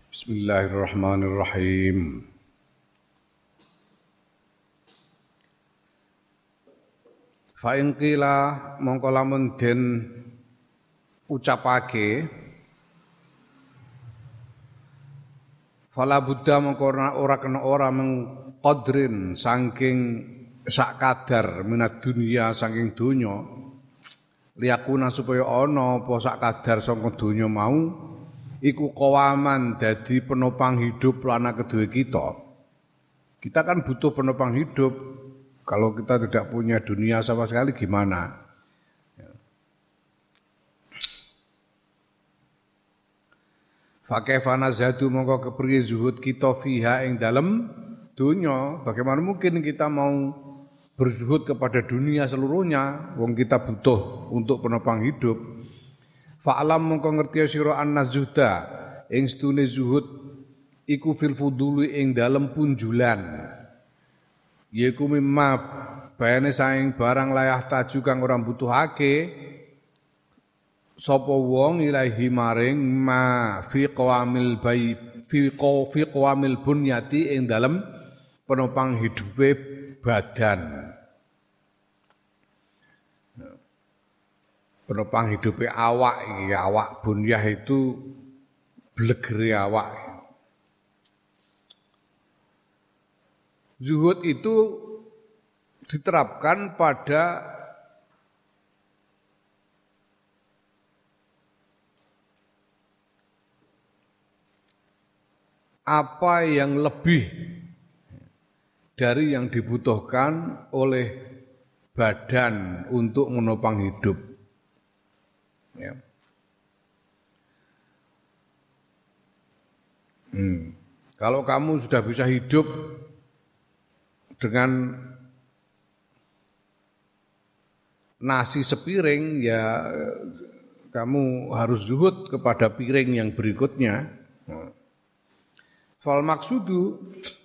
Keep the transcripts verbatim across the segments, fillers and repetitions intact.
Bismillahirrahmanirrahim. Fa in qila mongko lamun den ucapake fala buddha mongko ora kena ora mengqadrin saking sak kadar minat dunia saking donya liyakuna supaya ana apa sak kadar saka donya mau iku kawaman dadi penopang hidup lana kedua kita. Kita kan butuh penopang hidup. Kalau kita tidak punya dunia sama sekali gimana? Fakaifa nazhadu mongko kepriye zuhud kita fiha ing dalem dunya. Bagaimana mungkin kita mau berzuhud kepada dunia seluruhnya wong kita butuh untuk penopang hidup. Fa'alam mongko ngerti sira an-nazhuda ing stune zuhud iku fil fuduli ing dalem punjulan yaiku mimma bayane saing barang layah taju kang ora butuhake sapa wong ilahi maring ma fi qawamil bai fi fi qawamil bunyati ing dalem penopang hidupe badan. Penopang hidupi awak iki, awak bunyah itu blegere awak. Zuhud itu diterapkan pada apa yang lebih dari yang dibutuhkan oleh badan untuk menopang hidup. Ya. Hmm. Kalau kamu sudah bisa hidup dengan nasi sepiring, ya kamu harus zuhud kepada piring yang berikutnya. Fal maksudu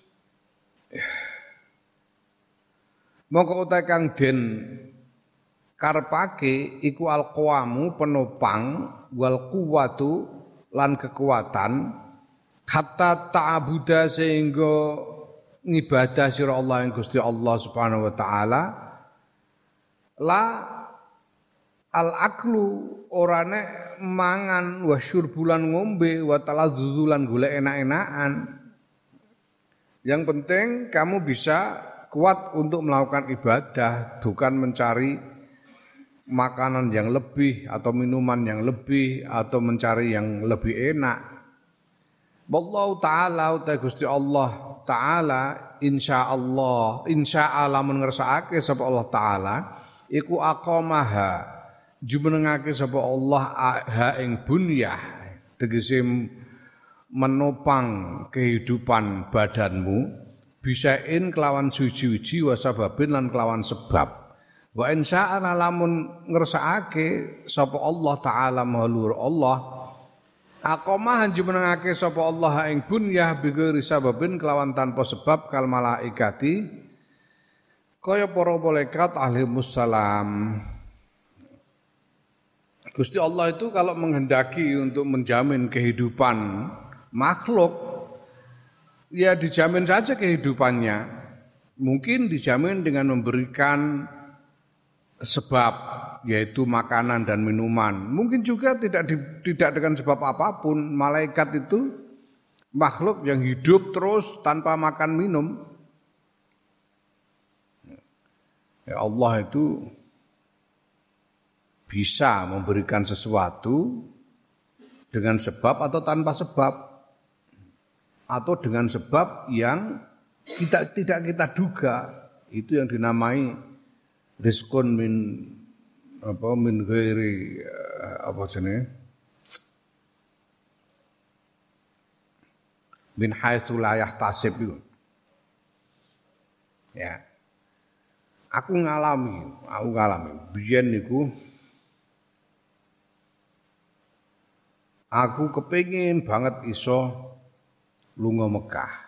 mongko utahe kang den karepake iku alqawamu penopang wal quwwatu lan kekuatan hatta ta'budu sehingga ngibadah sira Allah ing Gusti Allah Subhanahu wa taala la al aklu orane mangan wa syurbulan ngombe wa taladzulan golek enak-enakan. Yang penting kamu bisa kuat untuk melakukan ibadah, bukan mencari makanan yang lebih atau minuman yang lebih atau mencari yang lebih enak. Wallahu taala uta Gusti Allah taala insyaallah insyaallah men ngersakake sapa Allah taala iku aqamaha jumenengake sapa Allah ha ing bunyah tegese menopang kehidupan badanmu bisain kelawan suci-suci wasababin lan kelawan sebab. Wa insya'ana lamun ngersakake sapa Allah taala mahlur Allah aqamahan jumenengake sapa Allah ing bunyah bighairi sababin kelawan tanpa sebab kal malaikati kaya para malaikat ahli musallam. Gusti Allah itu kalau menghendaki untuk menjamin kehidupan makhluk ya dijamin saja kehidupannya. Mungkin dijamin dengan memberikan sebab yaitu makanan dan minuman. Mungkin juga tidak di, tidak dengan sebab apapun. Malaikat itu makhluk yang hidup terus tanpa makan minum. Ya Allah itu bisa memberikan sesuatu dengan sebab atau tanpa sebab atau dengan sebab yang kita tidak kita duga. Itu yang dinamai rizqun min apa min ghairi apa jenenge min haitsu la yahtasib itu. Ya. Aku ngalami, aku ngalami. Biyen niku aku kepengin banget iso lunga Mekah.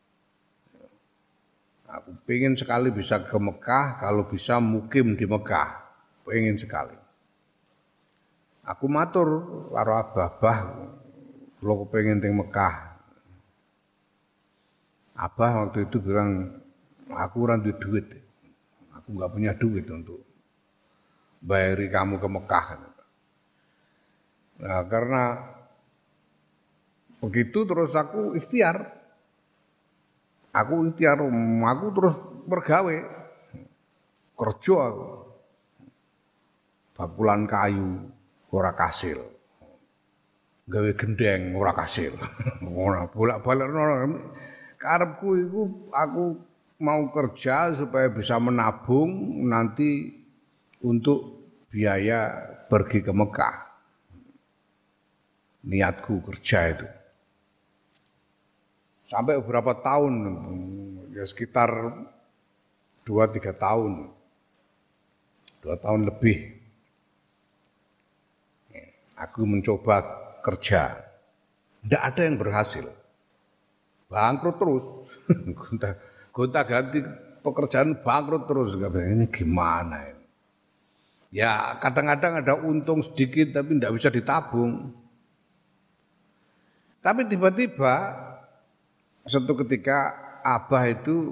Aku pengen sekali bisa ke Mekah, kalau bisa mukim di Mekah, pengen sekali. Aku matur karo abah-abah, kula kepengin teng Mekah. Abah waktu itu bilang, aku kurang duit duit, aku nggak punya duit untuk bayari kamu ke Mekah. Nah karena begitu terus aku ikhtiar, aku ikhtiar, aku terus bergawe, kerja aku, bakulan kayu ora kasil, gawe gendeng ora kasil, ora bolak-balik karepku iku aku mau kerja supaya bisa menabung nanti untuk biaya pergi ke Mekah. Niatku kerja itu. Sampai beberapa tahun, ya sekitar dua tiga tahun. Dua tahun lebih. Aku mencoba kerja. Tidak ada yang berhasil. Bangkrut terus, gonta ganti pekerjaan bangkrut terus. Ini gimana ini? Ya kadang-kadang ada untung sedikit tapi tidak bisa ditabung. Tapi tiba-tiba suatu ketika Abah itu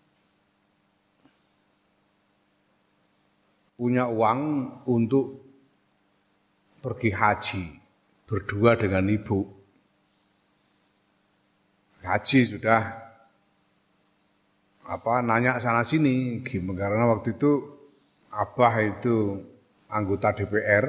punya uang untuk pergi haji berdua dengan ibu. Haji sudah apa nanya sana sini gimana karena waktu itu Abah itu anggota D P R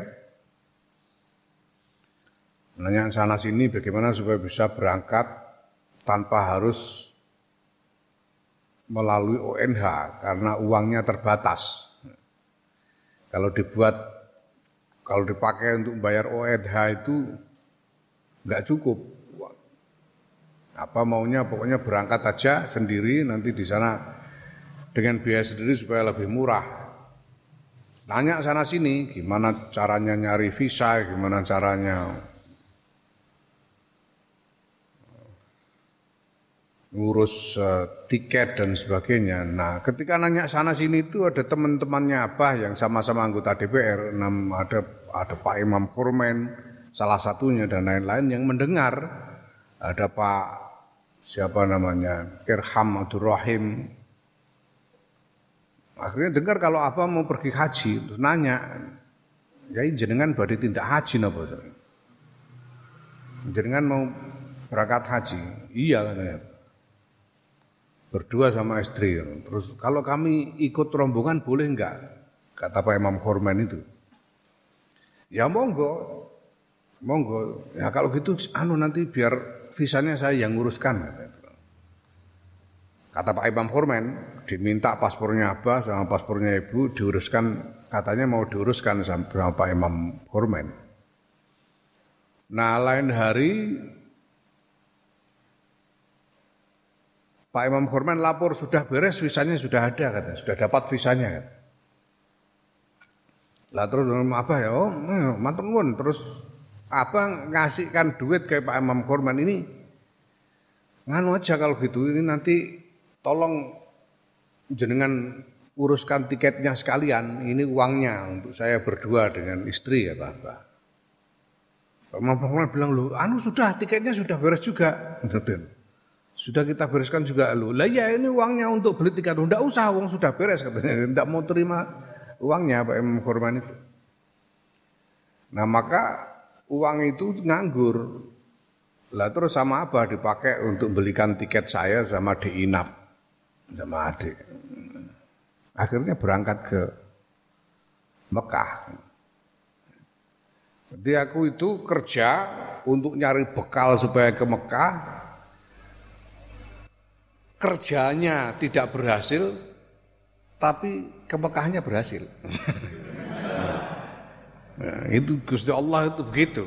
nanya sana sini bagaimana supaya bisa berangkat tanpa harus melalui O N H karena uangnya terbatas. Kalau dibuat kalau dipakai untuk bayar O N H itu enggak cukup. Apa maunya pokoknya berangkat aja sendiri nanti di sana dengan biaya sendiri supaya lebih murah. Tanya sana sini gimana caranya nyari visa, gimana caranya ngurus uh, tiket dan sebagainya. Nah, ketika nanya sana sini itu ada teman-temannya Abah yang sama-sama anggota D P R, ada ada Pak Imam Khurmen salah satunya dan lain-lain yang mendengar. Ada Pak siapa namanya Irham Abdurrahim. Akhirnya dengar kalau Abah mau pergi haji, terus nanya, "Ya jenengan badhe tindak haji napa?" Jenengan mau berangkat haji? Iya katanya. Berdua sama istri. Terus kalau kami ikut rombongan boleh enggak? Kata Pak Imam Khurmen itu. Ya monggo. Monggo. Ya kalau gitu anu nanti biar visanya saya yang nguruskan. Kata Pak Imam Khurmen, diminta paspornya Abah sama paspornya Ibu diuruskan, katanya mau diuruskan sama Pak Imam Khurmen. Nah, lain hari Pak Imam Khurmen lapor sudah beres visanya sudah ada katanya, sudah dapat visanya kan. Lah terus apa ya? Oh, matur nuwun terus apa ngasihkan duit ke Pak Imam Khurmen ini nganu aja kalau gitu ini nanti tolong jenengan uruskan tiketnya sekalian ini uangnya untuk saya berdua dengan istri ya Pak. Pak Imam Khurmen bilang lu anu sudah tiketnya sudah beres juga. Sudah kita bereskan juga lu. Lah ya ini uangnya untuk beli tiket. Enggak usah uang sudah beres katanya. Enggak mau terima uangnya Pak Imam Khurmen itu. Nah maka uang itu nganggur. Lah terus sama Abah dipakai untuk belikan tiket saya sama di Inap sama adik. Akhirnya berangkat ke Mekah. Jadi aku itu kerja untuk nyari bekal supaya ke Mekah. Kerjanya tidak berhasil, tapi ke Mekahnya berhasil. Nah, itu Gusti Allah itu begitu.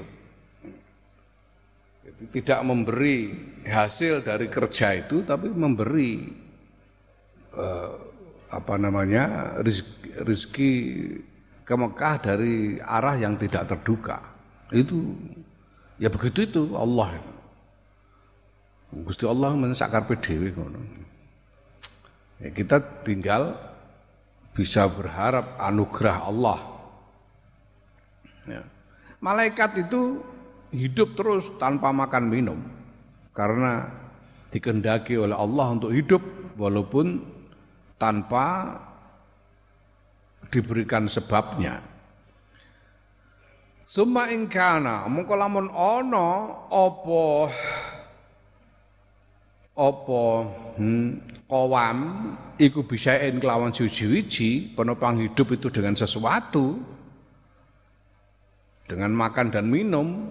Tidak memberi hasil dari kerja itu, tapi memberi eh, apa namanya rezeki, rezeki ke Mekah dari arah yang tidak terduga. Itu ya begitu itu Allah. Gusti Allah mensakar dhewe ngono. Ya kita tinggal bisa berharap anugerah Allah. Ya. Malaikat itu hidup terus tanpa makan minum karena dikehendaki oleh Allah untuk hidup walaupun tanpa diberikan sebabnya. Summa ing kana mongko lamun ana apa apa hmm, qawam iku bisaen kelawan suci-wiji penopang hidup itu dengan sesuatu, dengan makan dan minum.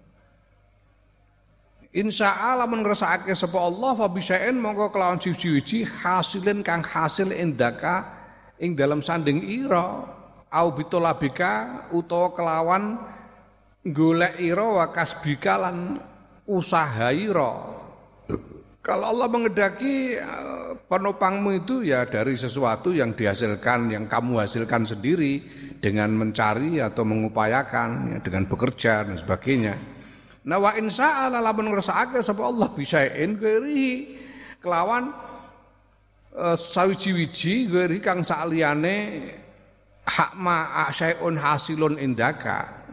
Insya Allah mengersakake sapa Allah fa bisaen mongko kelawan suci-wiji hasilin kang hasil indaka ing dalam sanding ira au bitolabika utawa kelawan golek ira wa kasbika lan usaha ira. Kalau Allah menghendaki penopangmu itu ya dari sesuatu yang dihasilkan, yang kamu hasilkan sendiri dengan mencari atau mengupayakan, ya, dengan bekerja dan sebagainya. Nah wa insya Allah lamun ngersakake sapa Allah bisaen ghairi kelawan uh, sawiji-wiji ghairi kang saliyane hak ma syai'un hasilun indaka.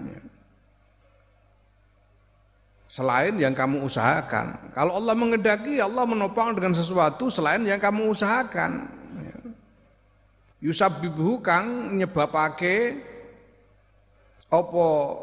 Selain yang kamu usahakan. Kalau Allah menghendaki, Allah menopang dengan sesuatu selain yang kamu usahakan. Yusabbibuhu kang nyebabake apa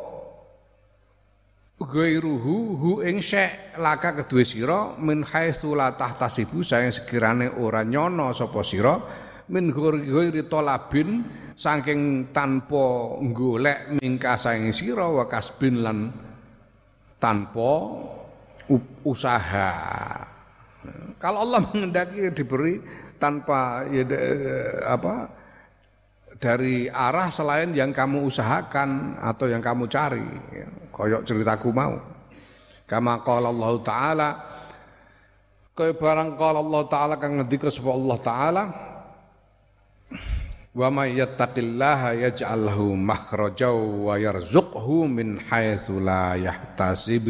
ghairuhu hu ing syek laka kedue sira min haitsu la tahtasibu saya sekirane ora nyono sapa sira min ghairi talabin saking tanpa golek mingka saing sira wa kasbin lan tanpa usaha. Kalau Allah menghendaki diberi tanpa ya, apa dari arah selain yang kamu usahakan atau yang kamu cari, ya, koyok ceritaku mau. Kama qala Allah Ta'ala, kaya barang qala Allah Ta'ala kang ngendika sapa Allah Ta'ala, wa may yattaqillaha yaj'al lahu makhraja wa yarzuqhu min haitsu la yahtasib.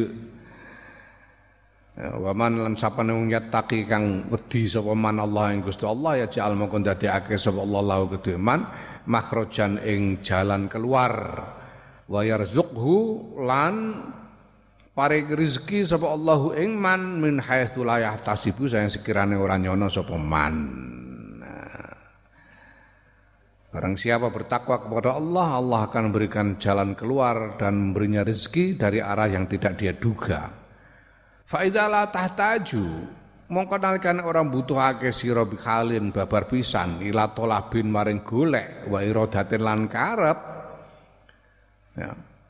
Wa man lan sapane wong yattaqi kang wedi sapa man Allah ing Gusti Allah yaj'al mongko ndadekake sapa Allah lahu kedue man makhrajan ing jalan keluar wa yarzuqhu lan paring rezeki sapa Allahu ing man min haitsu la yahtasib sayang sekirane ora nyono sapa man. Barang siapa bertakwa kepada Allah, Allah akan memberikan jalan keluar dan memberinya rezeki dari arah yang tidak dia duga. Fa idza la tahtaju mongko nalikan orang butuhake sira bikhalin babar pisan ila tolabin maring golek wa iradatin lan karep. Ya.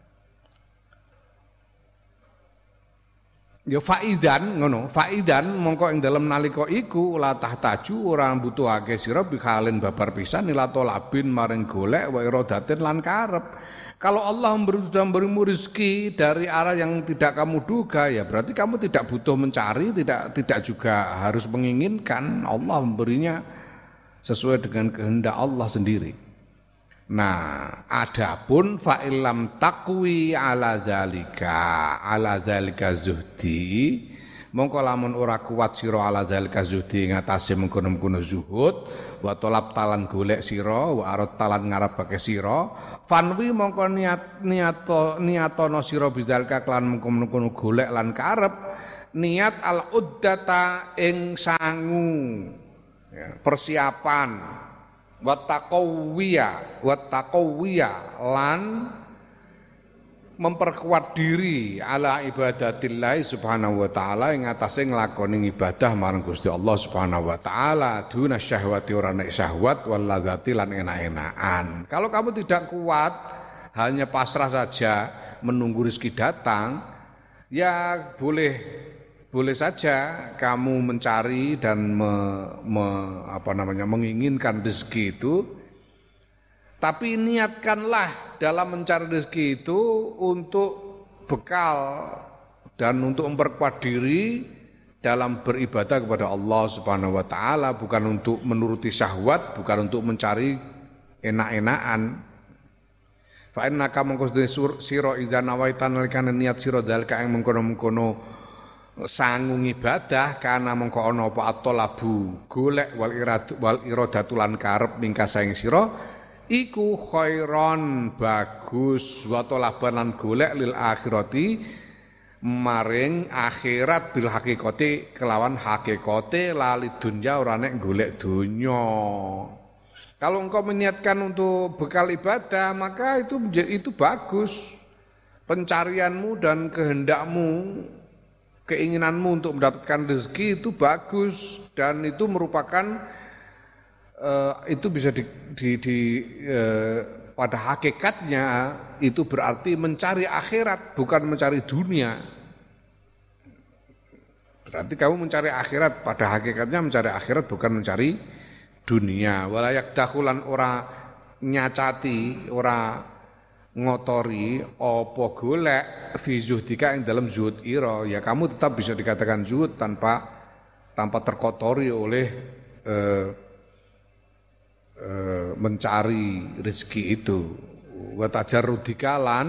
Ya faidan ngono, faidan mongko ing dalem nalika iku la tahtaju ora butuhake sira bikhalin babar pisan ila tolabin maring golek wa iradatin lan karep. Kalau Allah memberi, sudah memberimu rezeki dari arah yang tidak kamu duga, ya berarti kamu tidak butuh mencari, tidak tidak juga harus menginginkan. Allah memberinya sesuai dengan kehendak Allah sendiri. Nah, adapun fa illam taqwi ala zalika, ala zalika zuhdi, mongko lamun ora kuat sira ala zalika zuhdi ngatasi mengkono-mengkono zuhud, wa tolab talan golek sira, wa arad talan ngarepake sira, fanwi mongko niat niato niatono sira bizalka kelan mengkono-mengkono golek lan karep, niat al uddata ing sangu, ya, persiapan wa taqawwiya wa taqawwiya lan memperkuat diri ala ibadatillah subhanahu wa ta'ala ing atase nglakoni ibadah marang Gusti Allah subhanahu wa ta'ala duna syahwati ora nek syahwat wal ladzati lan enak-enakan. Kalau kamu tidak kuat hanya pasrah saja menunggu rezeki datang, ya boleh boleh saja kamu mencari dan me, me, apa namanya menginginkan rezeki itu, tapi niatkanlah dalam mencari rezeki itu untuk bekal dan untuk memperkuat diri dalam beribadah kepada Allah Subhanahu wa taala, bukan untuk menuruti syahwat, bukan untuk mencari enak-enakan. Fa innaka mongko sira idza nawaita nalikane niat sira dalika ing mengkono-mengkono sangu ibadah kana mongko ana apa at-talabu golek wal irad wal iradatu lan karep mingka saing sira iku khairon bagus wa talaban lan golek lil akhirati maring akhirat bil hakikati kelawan hakikate lali dunya ora nek golek donya. Kalau engkau meniatkan untuk bekal ibadah, maka itu itu bagus. Pencarianmu dan kehendakmu, keinginanmu untuk mendapatkan rezeki itu bagus dan itu merupakan uh, itu bisa di, di, di uh, pada hakikatnya itu berarti mencari akhirat bukan mencari dunia. Berarti kamu mencari akhirat, pada hakikatnya mencari akhirat bukan mencari dunia. Walayak dahulan ora nyacati, ora ngotori apa golek fi zuhdika ing dalam zuhud ira, ya kamu tetap bisa dikatakan zuhud tanpa tanpa terkotori oleh eh, eh, mencari rezeki itu. Wa tajarrudika lan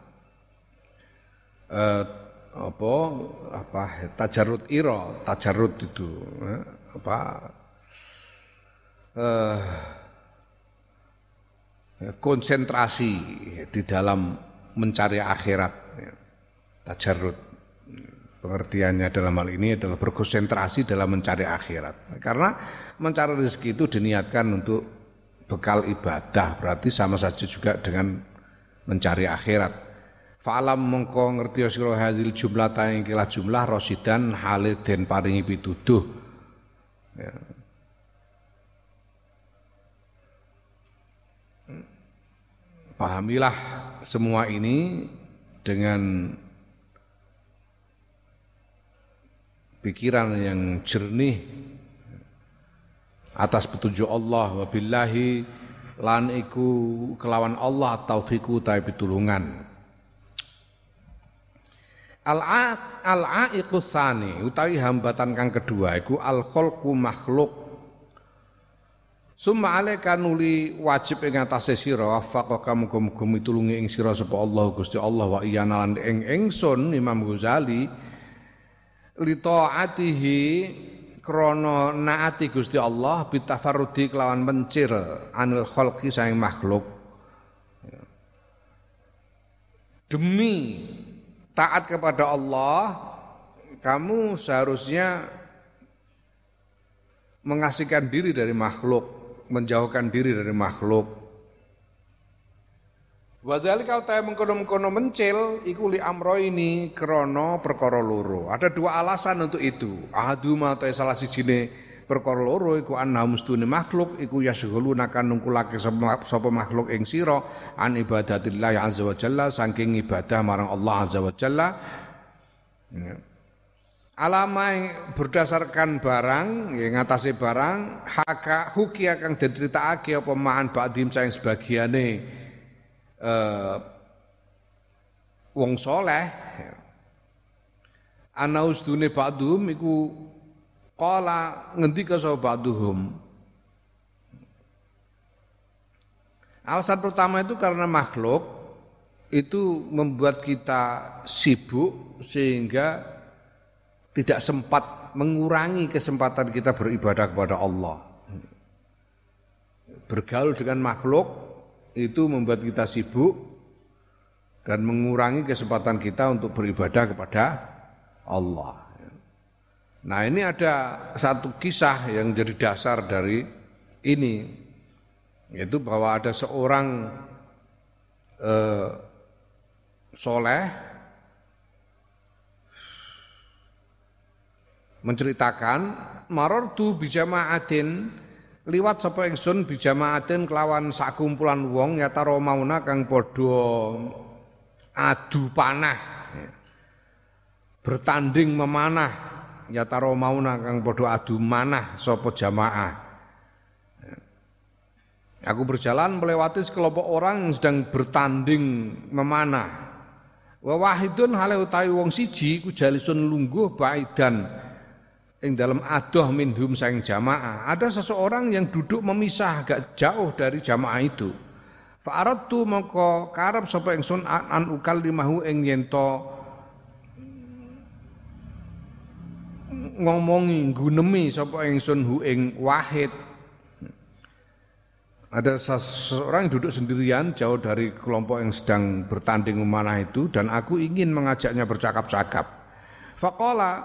eh, apa apa tajarrud ira, tajarrud itu eh, apa eh, konsentrasi di dalam mencari akhirat, tajarrud. Pengertiannya dalam hal ini adalah berkonsentrasi dalam mencari akhirat. Karena mencari rezeki itu diniatkan untuk bekal ibadah, berarti sama saja juga dengan mencari akhirat. Fa'alam mengko ngerti sira hazil jumlah ta ing kilah jumlah rasidan hale den paringi pituduh. Ya. Pahamilah semua ini dengan pikiran yang jernih atas petunjuk Allah, wabillahi lan iku kelawan Allah taufiku ta pitulungan. Al-a al-aiqus tsani utawi hambatan kang kedua iku al-khalqu makhluk. Summa alaika nuli wajib ing atase sira wafaqaka muga-muga mitulungi ing sira sapa Allah Gusti Allah wa iyana lan ing ingsun Imam Ghazali li taatihi krana naati Gusti Allah bitafarrudi kelawan mencil anil khalqi saing makhluk. Demi taat kepada Allah kamu seharusnya mengasihkan diri dari makhluk, menjauhkan diri dari makhluk. Wadzalika ta mengkono-mengkono mencil iku li amro ini krana perkara loro. Ada dua alasan untuk itu. Ahaduma ta salah sijine perkara loro iku ana mustune makhluk iku yasghuluna kan nungkulake sapa makhluk ing sira an ibadatillah azza wa jalla saking ibadah marang Allah azza wa jalla. Ya. Alamai berdasarkan barang, ya ngatasi barang, haka hukia kang den critakake apa ma'an ba'dim saing sebagiane eh, wong soleh. Ana ustune ba'dhum iku qala ngendika sapa ba'dhum. Alasan pertama itu karena makhluk itu membuat kita sibuk sehingga tidak sempat mengurangi kesempatan kita beribadah kepada Allah. Bergaul dengan makhluk itu membuat kita sibuk dan mengurangi kesempatan kita untuk beribadah kepada Allah. Nah, ini ada satu kisah yang jadi dasar dari ini, yaitu bahwa ada seorang eh, soleh menceritakan marartu bijamaatin liwat sapa ingsun bijamaatin kelawan sakumpulan wong ya taro mauna kang padha adu panah bertanding memanah ya taro mauna kang padha adu manah sapa jamaah. Aku berjalan melewati sekelompok orang yang sedang bertanding memanah. Wa wahidun hale utawi wong siji ku jalisun lungguh baidan ing dalam adoh minhum saing jamaah. Ada seseorang yang duduk memisah agak jauh dari jamaah itu. Fa aradtu mongko karep sapa ingsun an ukallimahu ing yen to ngomongi gunemi sapa ingsun hu ing wahid. Ada seseorang yang duduk sendirian jauh dari kelompok yang sedang bertanding memanah itu dan aku ingin mengajaknya bercakap-cakap. Faqala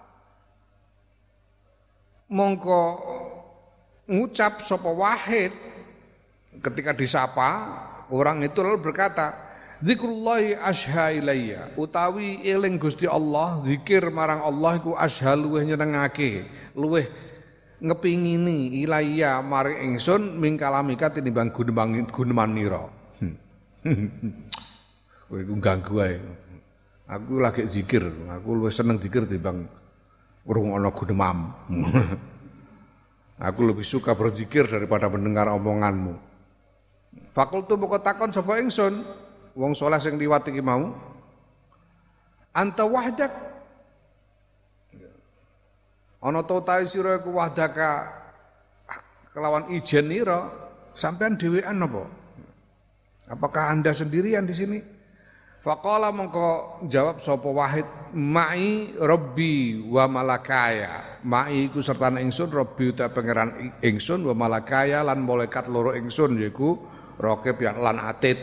mongko ngucap sapa Wahid ketika disapa orang itu lalu berkata, zikrullahi asha ilayya utawi eling Gusti Allah, zikir marang Allah iku asha luweh nyenengake, luweh ngepingini ilayya maring ingsun ming kalamika tinimbang guneman guneman nira. Kowe iku ganggu ae. Aku lagi zikir, aku luwih seneng zikir timbang ngrungokno gunemam. Aku lebih suka berzikir daripada mendengar omonganmu. Fakultu moko takon sapa ingsun, wong saleh sing liwat iki mau, anta wahdak ana ta utahe sira iku wahdaka kelawan ijen nira, sampean dhewean apa? Apakah Anda sendirian di sini? Faqala mongko jawab sapa Wahid, ma'i rabbi wa malakaya. Ma'i iku serta ingsun rabbi uta pangeran ingsun wa malakaya lan malaikat loro ingsun yaiku Raqib lan Atid.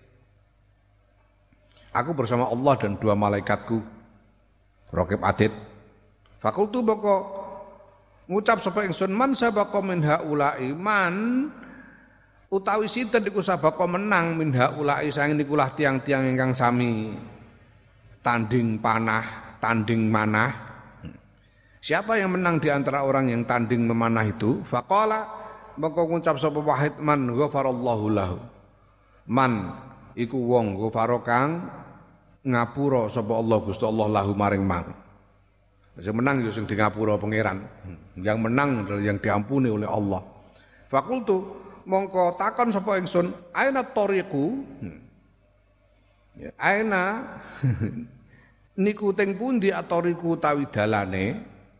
Aku bersama Allah dan dua malaikatku Raqib Atid. Fakultu boko ngucap sapa ingsun man sabaqa min haula'i man utawi sinten iku sabaqa menang min haula'i saking nikulah tiang-tiang ingkang sami tanding panah, tanding manah. Siapa yang menang di antara orang yang tanding memanah itu? Faqala moko ngucap sapa Wahid man ghafarallahu lahu. Man iku wong ghafara kang ngapura sapa Allah Gusti Allah lahu maring mang. Sing menang ya sing di ngapura pangeran. Yang menang adalah yang diampuni oleh Allah. Fakultu mongko takon sapa ingsun, aina tariqu? Ya, aina niku teng pundi atoriku tawi dalane?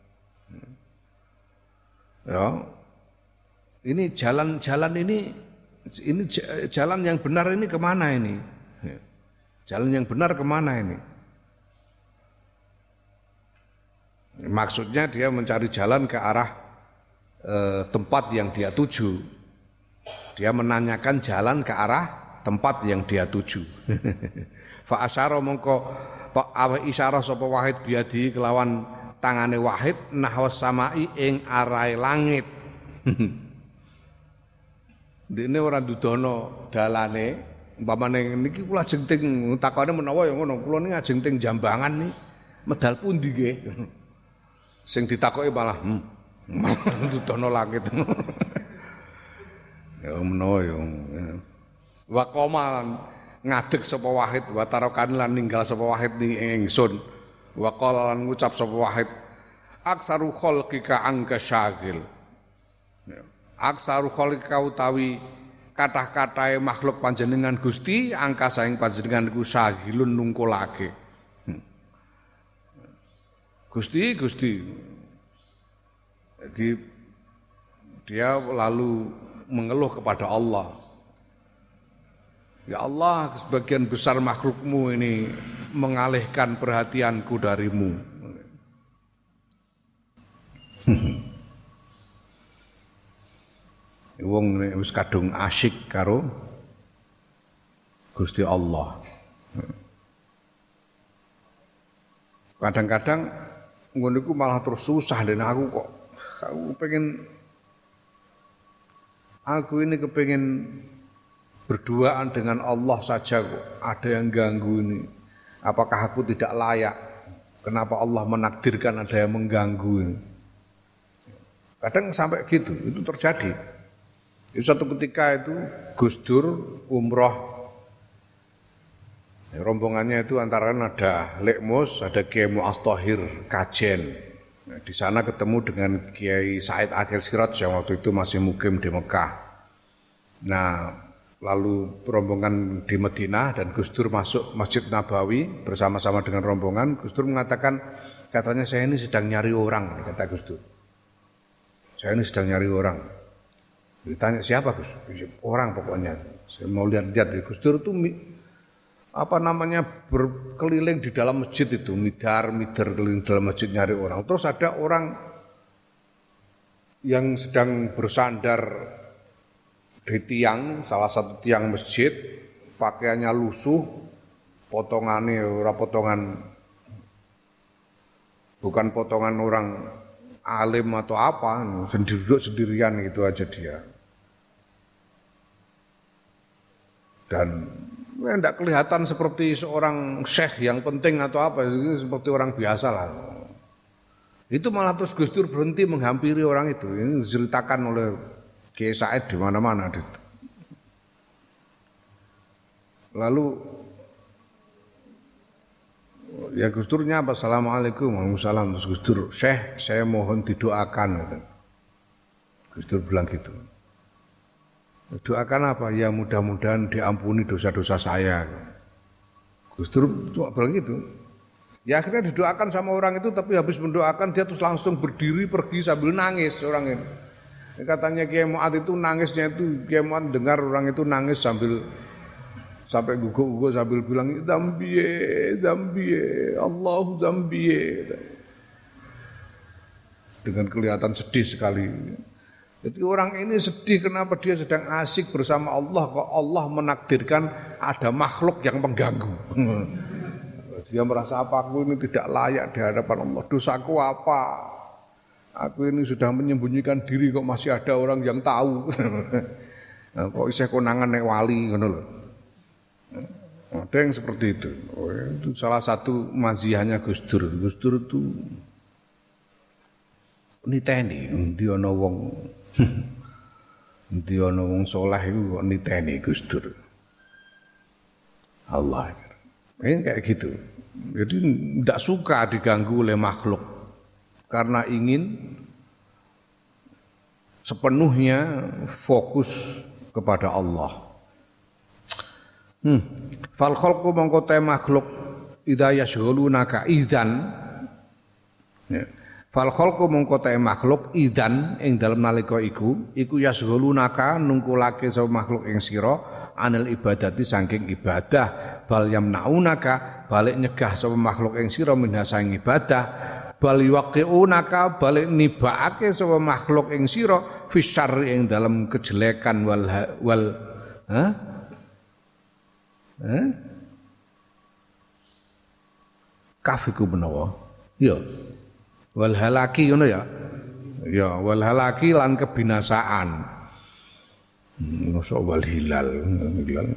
Ya. Ini jalan-jalan ini ini jalan yang benar ini kemana ini? Ya. Jalan yang benar kemana ini? Maksudnya dia mencari jalan ke arah eh, tempat yang dia tuju. Dia menanyakan jalan ke arah tempat yang dia tuju. Fa asyara mongko awe isyarah sapa Wahid biadi kelawan tangane Wahid nahwas samai ing arahe langit. Dene ora dudono dalane, umpamane niki kula ajeng teng takone menawa ya ngono, kula niki ajeng teng Jambangan nih, medal pundi nggih? Sing ditakoki malah hmm, dudono langit. Ya menawa ya. Wa qamal ngadeg sapa Wahid wa tarokan lan ninggal sapa Wahid ning ingsun. Wa qala lan ngucap sapa Wahid aksaru khalqika angka syagil. Aksaru khalqika utawi kathah-kathahe makhluk panjenengan Gusti angka saing panjenengan iku syagilun nungkulake. Gusti, Gusti. Jadi dia lalu mengeluh kepada Allah. Ya Allah, sebagian besar makhlukmu ini mengalihkan perhatianku darimu. Wong wis kadung asyik karo Gusti Allah. Kadang-kadang ngono iku malah terus susah dan aku kok aku pengen aku ini kepengen berduaan dengan Allah saja kok ada yang ganggu ini. Apakah aku tidak layak? Kenapa Allah menakdirkan ada yang mengganggu ini? Kadang sampai gitu, itu terjadi. Itu suatu ketika itu Gus Dur umroh. Rombongannya itu antara ada Lekmus, ada Kiai Mu'az Thohir Kajen. Nah, di sana ketemu dengan Kiai Said Akhil Siraj yang waktu itu masih mukim di Mekah. Nah, lalu rombongan di Madinah dan Gus Dur masuk Masjid Nabawi bersama-sama dengan rombongan. Gus Dur mengatakan, katanya saya ini sedang nyari orang, kata Gus Dur. Saya ini sedang nyari orang. Ditanya siapa Gus? Orang pokoknya. Saya mau lihat-lihat. Gus Dur itu apa namanya berkeliling di dalam masjid itu, midar, midar keliling dalam masjid nyari orang. Terus ada orang yang sedang bersandar di tiang, salah satu tiang masjid, pakaiannya lusuh, potongannya ora potongan, bukan potongan orang alim atau apa, sendiri sendirian gitu aja dia. Dan tidak kelihatan seperti seorang syekh yang penting atau apa, seperti orang biasa lah. Itu malah terus Gus Dur berhenti menghampiri orang itu. Ini diceritakan oleh Kiai Said di mana-mana. Lalu ya Gus Durnya apa? Assalamualaikum warahmatullahi wabarakatuh. Terus Gus Dur, Syekh saya mohon didoakan. Gus Dur bilang gitu. Doakan apa? Ya mudah-mudahan diampuni dosa-dosa saya. Gus Dur cuma bilang gitu. Ya akhirnya didoakan sama orang itu, tapi habis mendoakan dia terus langsung berdiri pergi sambil nangis orang itu. Katanya Kiai Mu'ad itu nangisnya itu, Kiai Mu'ad dengar orang itu nangis sambil sampai guguk-guguk sambil bilang zambiye, zambiye, Allahu zambiye. Dengan kelihatan sedih sekali. Jadi orang ini sedih kenapa dia sedang asik bersama Allah, kok Allah menakdirkan ada makhluk yang mengganggu. Dia merasa apa, aku ini tidak layak di hadapan Allah. Dosaku apa? Aku ini sudah menyembunyikan diri kok masih ada orang yang tahu. Nah, kok isih konangan nek wali ngono lho. Ada yang seperti itu. Oh, itu salah satu maziahnya Gus Dur. Gus Dur itu niteni ndi ana wong ndi ana wong saleh iku kok niteni Gus Dur. Allah. Ini kayak gitu. Jadi tidak suka diganggu oleh makhluk karena ingin sepenuhnya fokus kepada Allah. Hmm. Fal khalqu mongko te makhluk idza yashghulunaka idzan. Ya. Fal khalqu mongko te makhluk idzan ing dalem nalika iku iku yashghulunaka nungkulake sapa makhluk ing sira anil ibadati saking ibadah bal yamnaunaka balik nyegah sapa makhluk ing sira minha saking ibadah bal yuqiunaka balik nibaake sapa makhluk ing sira fi syarri ing dalam kejelekan wal wal ha ha kafiku menawa ya wal halaki ngono ya ya wal halaki lan kebinasaan. Masuk wal hilal, hilal.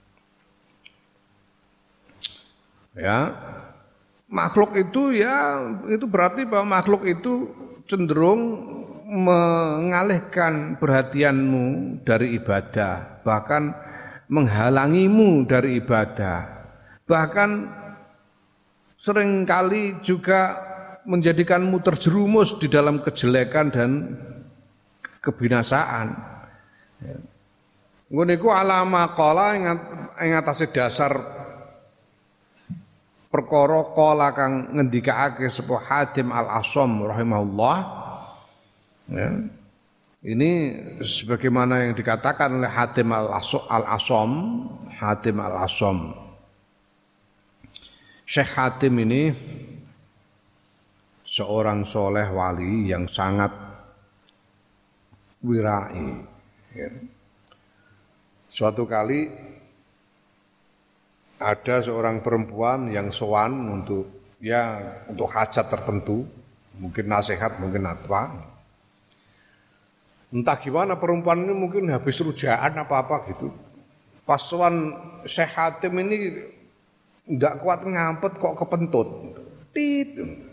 Ya, makhluk itu ya itu berarti bahwa makhluk itu cenderung mengalihkan perhatianmu dari ibadah, bahkan menghalangimu dari ibadah, bahkan seringkali juga menjadikanmu terjerumus di dalam kejelekan dan kebinasaan. Ngene iku alama qala ing atase dasar perkara qala kang ngendikake sapa Hatim Al-Asham rahimahullah. Ya. Ini sebagaimana yang dikatakan oleh Hatim Al-Asham, Hatim Al-Asham. Syekh Hatim ini seorang soleh wali yang sangat wirai. Ya. Suatu kali ada seorang perempuan yang sowan untuk ya untuk hajat tertentu, mungkin nasihat, mungkin apa. Entah gimana perempuan ini mungkin habis rujaan apa-apa gitu. Pas sowan Syekh Hatim ini enggak kuat ngampet kok kepentut. Tit.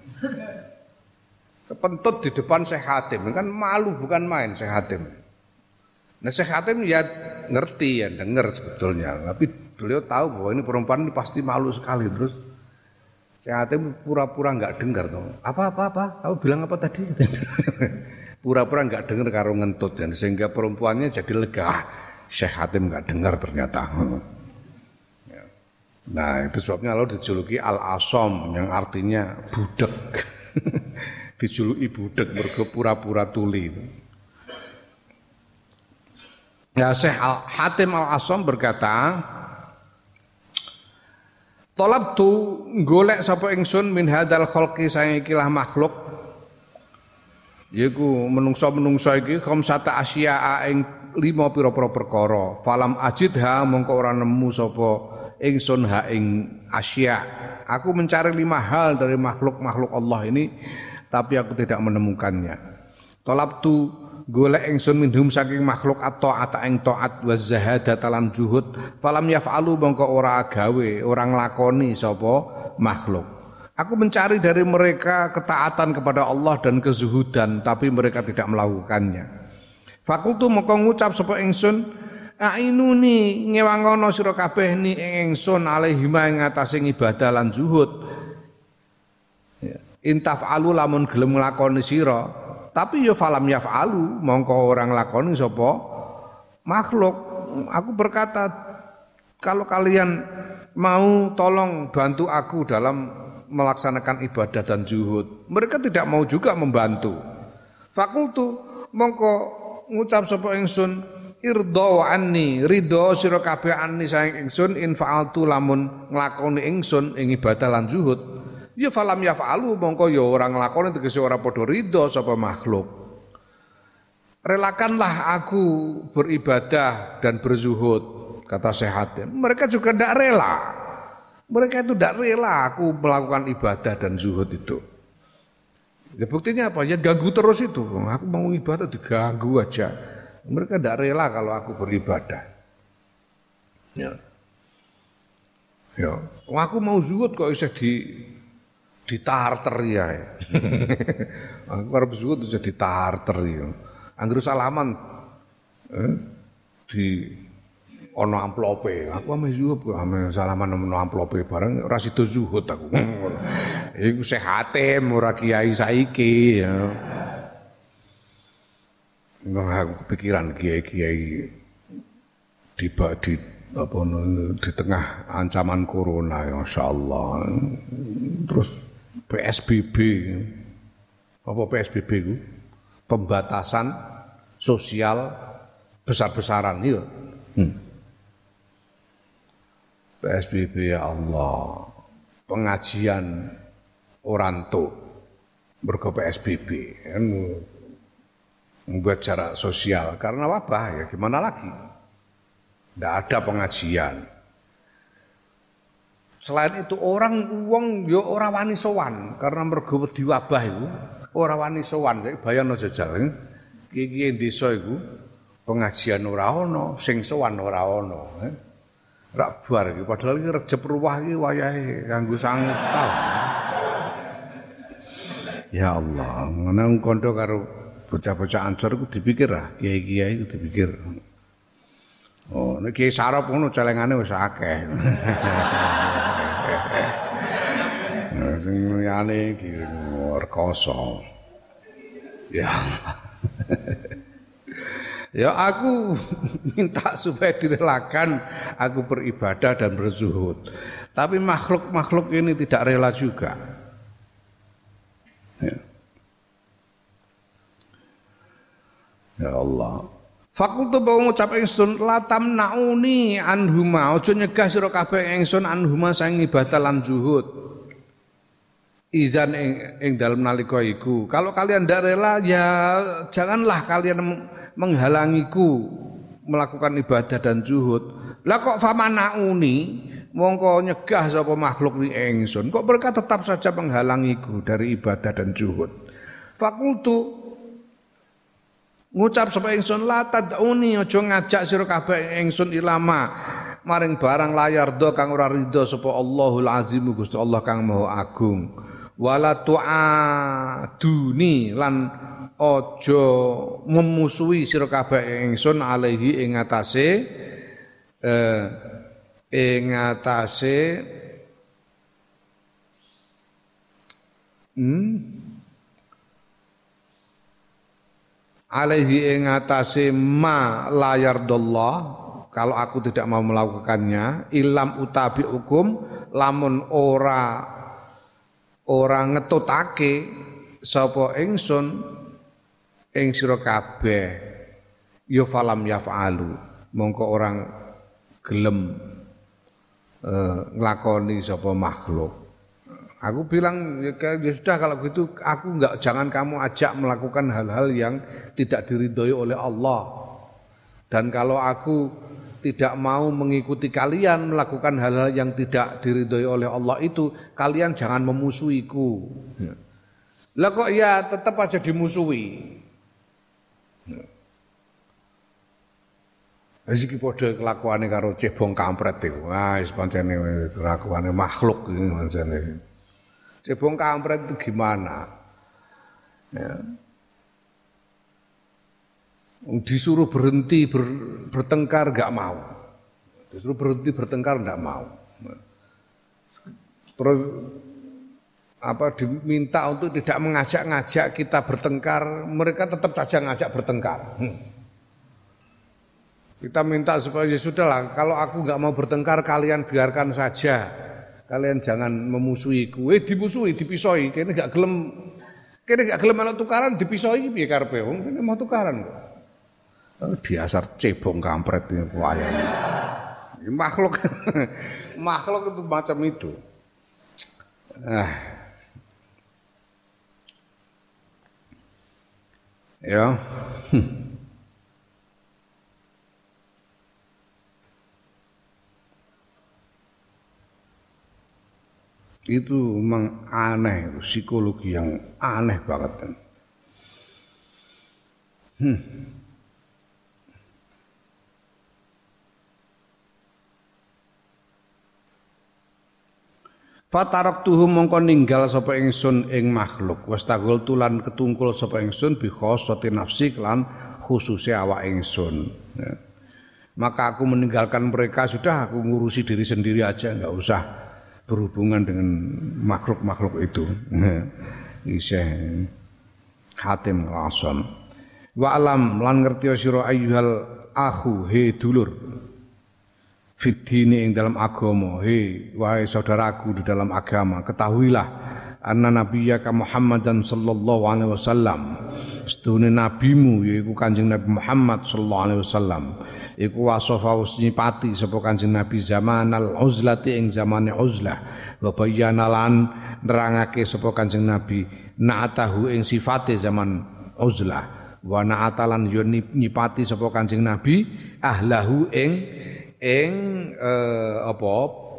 Kepentut di depan Syekh Hatim, kan malu bukan main Syekh Hatim. Nah Syekh Hatim ya ngerti ya dengar sebetulnya, tapi beliau tahu bahwa ini perempuan ini pasti malu sekali. Terus Syekh Hatim pura-pura nggak dengar tuh. Apa apa apa? Kamu bilang apa tadi? Pura-pura nggak dengar karo ngentut, dan sehingga perempuannya jadi lega. Ah, Syekh Hatim nggak dengar ternyata. Nah itu sebabnya lalu dijuluki Al-Asham yang artinya budak. Dijuluki budak mergo pura-pura tuli. Ya Syekh Hatim Al-Asham berkata, "Tolab tu golek sapa ingsun min hadzal khalqi saking ikilah makhluk." Yaiku menungso-menungso iki khamsata asya'a ing lima pira-pira perkara falam ajidha mongko ora nemu sapa ingsun ha ing asya aku mencari lima hal dari makhluk-makhluk Allah ini tapi aku tidak menemukannya talabtu golek ingsun minhum saking makhluk atau ata ing taat wa zahadat lan juhud falam yaf'alu mongko ora gawe ora nglakoni sapa makhluk aku mencari dari mereka ketaatan kepada Allah dan kezuhudan tapi mereka tidak melakukannya fakultu mongko ngucap sapa ingsun ainuni ngewangono sira kabeh ni ingsun alaihi ma ing atase ibadah lan zuhud intaf'alu lamun gelem nglakoni sira tapi ya falam yaf'alu mongko orang lakoni sapa makhluk aku berkata kalau kalian mau tolong bantu aku dalam melaksanakan ibadah dan zuhud mereka tidak mau juga membantu fakultu mongko ngucap sapa ingsun irdo anni ridho sira kabeh anni saing ingsun in fa'altu lamun nglakoni ingsun ing ibadah lan zuhud ya falam yaf'alu mongko ya ora nglakoni tegese ora padha ridho sapa makhluk relakanlah aku beribadah dan berzuhud kata Syekh mereka juga tidak rela mereka itu tidak rela aku melakukan ibadah dan zuhud itu ya buktinya apa ya ganggu terus itu aku mau ibadah diganggu aja mereka tidak rela kalau aku beribadah ya ya aku mau zuhud kok bisa di ditarter ya. Aku arep zuhud bisa ditarter ya. Anggere salaman eh, di ono amplope. Aku ame zuhud kok ame salaman ono amplope bareng ora sida zuhud aku. Iku sehate ora kiai saiki ya. Enggak aku kepikiran kiai-kiai di di apa di tengah ancaman corona ya masyaallah. Terus P S B B apa P S B B itu pembatasan sosial besar-besaran ya hmm. P S B B ya Allah pengajian oranto mergo P S B B kan membuat jarak sosial karena wabah ya gimana lagi tidak ada pengajian. Selain itu orang wong yo ora wani sowan karena mergo wedi wabah iku ora wani sowan bayangno jajal iki desa iku pengajian ora ono sing sowan ora ono rak bar iki padahal iki Rejeb Ruwah iki wayahe kanggo sangu setahun. Ya Allah ngono kondo karo bocah-bocah Ansor iku dipikir ah kiai-kiai iku dipikir. Oh nek Kiai Sarap ngono celengane wis akeh. Sing liyane iki rekoso. Ya. Ya aku minta supaya direlakan aku beribadah dan berzuhud. Tapi makhluk-makhluk ini tidak rela juga. Ya, ya Allah. Fakultu bawa ngucap ingsun latam nauni anhuma ojo nyegah sira kabeh ingsun anhuma sang ibadah lan zuhud. Izan ing, ing dalem nalika iku. Kalau kalian ndak rela ya janganlah kalian menghalangiku melakukan ibadah dan zuhud. Lah kok famanauni mongko nyegah sapa makhluk ni ingsun. Kok mereka tetap saja menghalangiku dari ibadah dan zuhud. Fakultu ngucap sapa ingsun la tad'uni aja ngajak sira kabeh ingsun ilama maring barang layar do kang ora ridho sapa Allahul Azim Gusti Allah kang Maha Agung wala tu'aduni lan aja memusuhi sira kabeh ingsun alaihi ing atase eh ing atase hmm alaihi ing atase ma layar dollah kalau aku tidak mau melakukannya ilam utabi hukum lamun ora ora ngetutake sapa ingsun ing sira kabeh ya falam yaf'alu mongko orang gelem eh, nglakoni sapa makhluk. Aku bilang ya, ya sudah kalau begitu aku enggak jangan kamu ajak melakukan hal-hal yang tidak diridhoi oleh Allah Dan kalau aku tidak mau mengikuti kalian melakukan hal-hal yang tidak diridhoi oleh Allah itu, kalian jangan memusuhiku. Lah kok ya tetap aja dimusuhi. Wis iki padha kelakuane karo cebong kampret iku. Wah, wis pancene kelakuane makhluk iki pancene. Cebong kampret itu gimana? Ya. Disuruh berhenti ber, bertengkar enggak mau. Disuruh berhenti bertengkar enggak mau. Terus apa diminta untuk tidak mengajak-ngajak kita bertengkar, mereka tetap saja ngajak bertengkar. Hmm. Kita minta supaya ya sudahlah, kalau aku enggak mau bertengkar kalian biarkan saja. Kalian jangan memusuhiku. Eh dimusuhi, dipisoi, kene enggak gelem kene enggak gelem melok tukaran dipisoi piye karepe wong kene mau tukaran kok. Diasar cebong kampret ini wayang. Makhluk makhluk itu macam itu. Ah. Ya. Hmm. Itu memang aneh, psikologi yang aneh banget kan. Hmm. Fataraktuhum mongko ninggal sapa ingsun ing makhluk wastagol tulan ketungkul sapa ingsun bi khossati nafsi lan khususe awak ingsun ya. Maka aku meninggalkan mereka, sudah aku ngurusi diri sendiri aja, enggak usah berhubungan dengan makhluk-makhluk itu. Isih Hatim Al-Asam. Wa alam lan ngerti sira ayyuhal akhu he dulur fitini ing dalam agama, he wahai saudaraku di dalam agama, ketahuilah anna nabiyyaka Muhammadan sallallahu alaihi wasallam, sedune nabimu yaiku Kanjeng Nabi Muhammad sallallahu alaihi wasallam, iku wasofa nyipati sapa Kanjeng Nabi zamanal uzlati ing zamane uzlah, wa bayyana lan nerangake sapa Kanjeng Nabi na'atahu ing sifate zaman uzlah, wa na'atalan yo nyipati sapa Kanjeng Nabi ahlahu ing ing eh, apa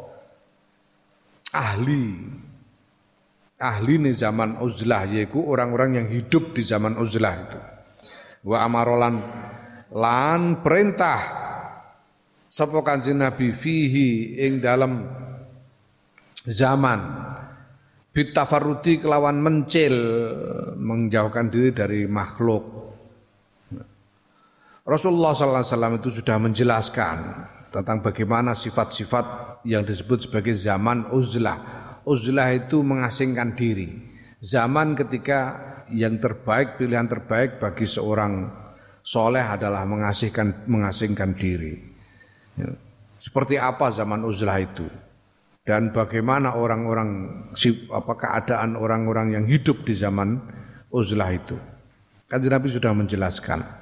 ahli ahli nih zaman uzlah, yaitu orang-orang yang hidup di zaman uzlah itu. Wa amarolan lan perintah sapa Kanjeng Nabi fihi ing dalam zaman bitafarrudi kelawan mencil, menjauhkan diri dari makhluk. Rasulullah sallallahu alaihi wasallam itu sudah menjelaskan tentang bagaimana sifat-sifat yang disebut sebagai zaman uzlah. Uzlah itu mengasingkan diri. Zaman ketika yang terbaik, pilihan terbaik bagi seorang soleh adalah mengasingkan, mengasingkan diri. Ya. Seperti apa zaman uzlah itu? Dan bagaimana orang-orang, apa keadaan orang-orang yang hidup di zaman uzlah itu? Kanjeng Nabi sudah menjelaskan.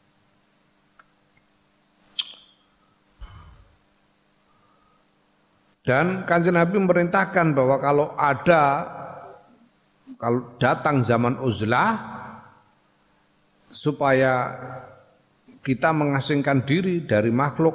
Dan Kanjeng Nabi memerintahkan bahwa kalau ada, kalau datang zaman uzlah, supaya kita mengasingkan diri dari makhluk.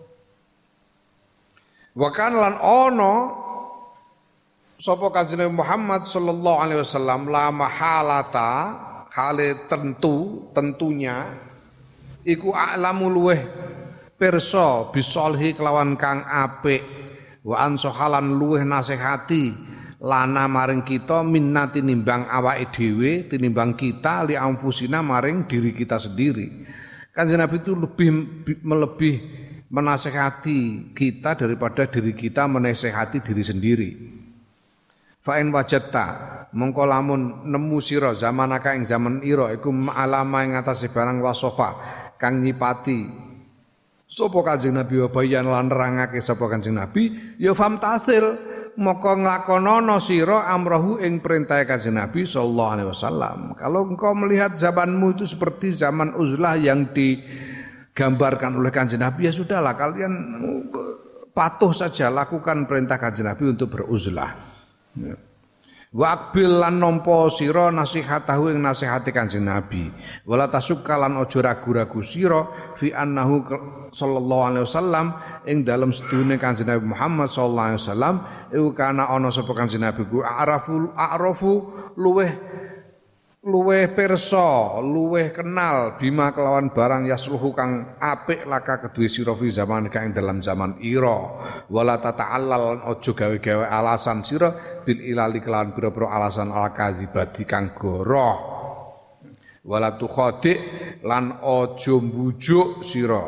Wa kana lan ono sapa Kanjeng Nabi Muhammad sallallahu alaihi wasallam la mahalata, hale tentu, tentunya iku a'lamu luweh pirsa bisolhi kelawan kang apik, wa ansohalan luweh nasihati lana maring kita minnati nimbang awake dhewe tinimbang kita li anfusina maring diri kita sendiri. Kanjeng Nabi itu lebih melebih menasihati kita daripada diri kita menasihati diri sendiri. Fa in wajatta mongko lamun nemu sira zamanaka ing zaman ira iku alama ing atase barang wasofa kang nyipati sapa Kanjeng Nabi wa bayan lan nerangake sapa Kanjeng Nabi ya fam tasil moko nglakonana sira amrahu ing perintah Kanjeng Nabi sallallahu alaihi wasallam. Kalau engkau melihat zamanmu itu seperti zaman uzlah yang digambarkan oleh Kanjeng Nabi, ya sudahlah kalian patuh saja lakukan perintah Kanjeng Nabi untuk beruzlah. Wa aqbil lan nampa sira nasihatahu ing nasihate Kanjeng Nabi. Wala tasukka lan aja ragu-ragu sira fi annahu sallallahu alaihi wasallam ing dalem sedune Kanjeng Nabi Muhammad sallallahu alaihi wasallam iku kana ana sapa Kanjeng Nabi ku arafu arafu luweh luweh pirsa, luweh kenal bima kelawan barang yasluhu kang apik laka kedue sira fi zaman kang dalam zaman ira. Wala tata'allal aja gawe-gawe alasan sira bil ilali kelawan pira-pira alasan al kadzibati kang goroh. Wala tukhadi lan aja mbujuk sira.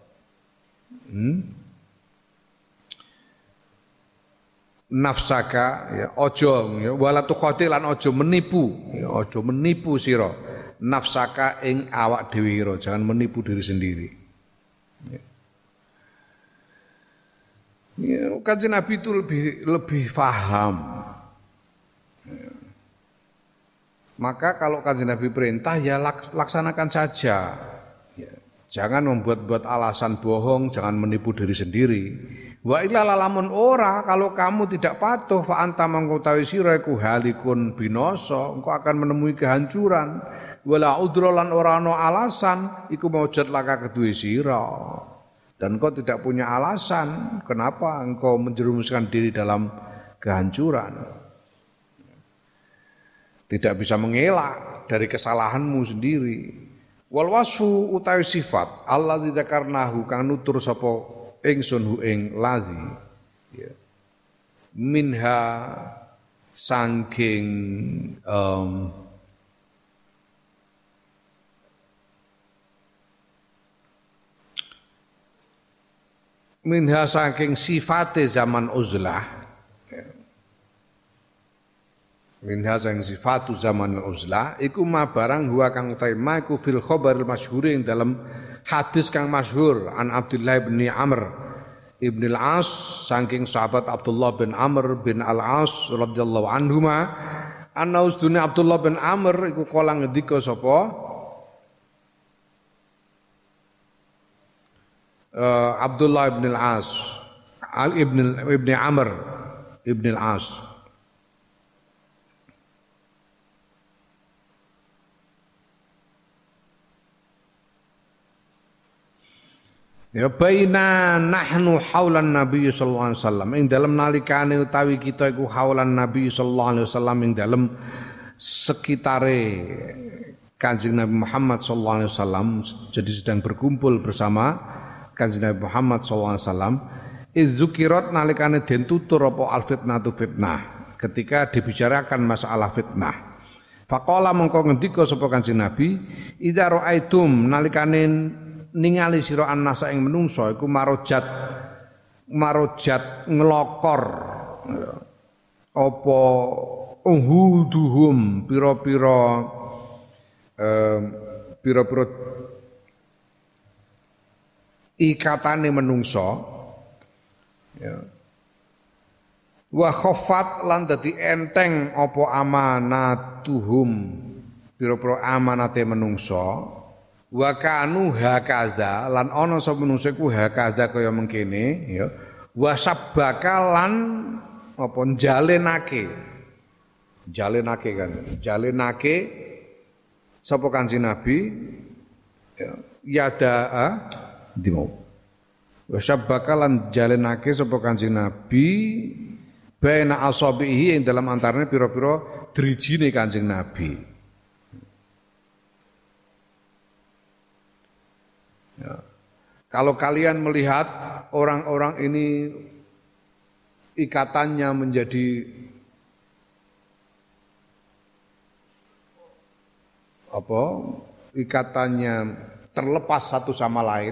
Hmm? Nafsaka ya aja ya wala tukhati lan aja menipu ya aja menipu sira nafsaka ing awak dhewe ira jangan menipu diri sendiri ya, ya Kanjeng Nabi itu lebih lebih paham ya. Maka kalau Kanjeng Nabi perintah ya laksanakan saja ya. Jangan membuat-buat alasan bohong, jangan menipu diri sendiri. Wa illa lamun ora kalau kamu tidak patuh fa anta mangkutawi sira iku halikun binasa engkau akan menemui kehancuran wala udra lan ora ana alasan iku maujud laka kedue sira dan engkau tidak punya alasan kenapa engkau menjerumuskan diri dalam kehancuran tidak bisa mengelak dari kesalahanmu sendiri wal wasfu utawi sifat allazi dzakarnahu kang nutur sapa ingsun hu ing lazi ya. Minha saking um, minha saking sifate zaman uzlah ya. Minha saking sifatu zaman uzlah iku ma barang huwa kang utaima iku fil khabaril masyhur ing dalam hadis kang masyhur an Abdullah bin Amr ibn al-As saking sahabat Abdullah bin Amr bin al-As radhiyallahu anhuma anna usdune Abdullah bin Amr iku kala ngendika sapa uh, Abdullah bin al-As ibn ibn Amr ibn al-As ya baina nahnu haulan nabi sallallahu alaihi wasallam ing dalem nalikane utawi kita iku haulan nabi sallallahu alaihi wasallam ing dalem sekitare Kanjeng Nabi Muhammad sallallahu alaihi wasallam jadi sedang berkumpul bersama Kanjeng Nabi Muhammad sallallahu alaihi wasallam izzukirat nalikane den tutur apa al fitnatu fitnah ketika dibicarakan masalah fitnah faqala mengko ngendika sapa Kanjeng Nabi idza raaitum nalikane ningali sira annasa ing menungso iku marojat marojat nglokor apa uhuduhum pira-pira eh, pira-pira ikatane menungso ya wa khaffat lan dadi enteng apa amanatuhum pira-pira amanate menungso wa kanu hakaza lan ana sapa manungsa iku hakaza kaya mengkene ya wa sabbaka lan apa jalenake jalenake kan jalenake sapa Kanjeng Nabi ya yada ndi mau wa sabbaka lan jalenake sapa Kanjeng Nabi baina asabihi ing dalam antarane pira-pira drijine Kanjeng Nabi. Ya. Kalau kalian melihat orang-orang ini ikatannya menjadi apa? Ikatannya terlepas satu sama lain,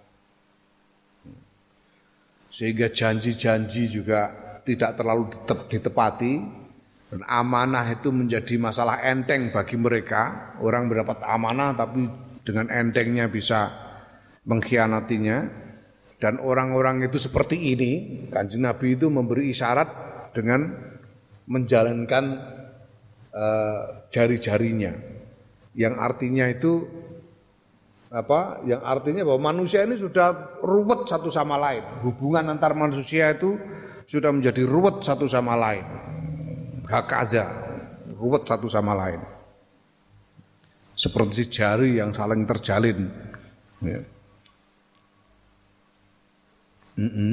sehingga janji-janji juga tidak terlalu ditepati dan amanah itu menjadi masalah enteng bagi mereka. Orang mendapat amanah tapi dengan entengnya bisa mengkhianatinya dan orang-orang itu seperti ini Kanjeng Nabi itu memberi isyarat dengan menjalankan uh, jari-jarinya yang artinya itu apa yang artinya bahwa manusia ini sudah ruwet satu sama lain hubungan antar manusia itu sudah menjadi ruwet satu sama lain hakaza, ruwet satu sama lain. Seperti jari yang saling terjalin. Ya. Mm-hmm.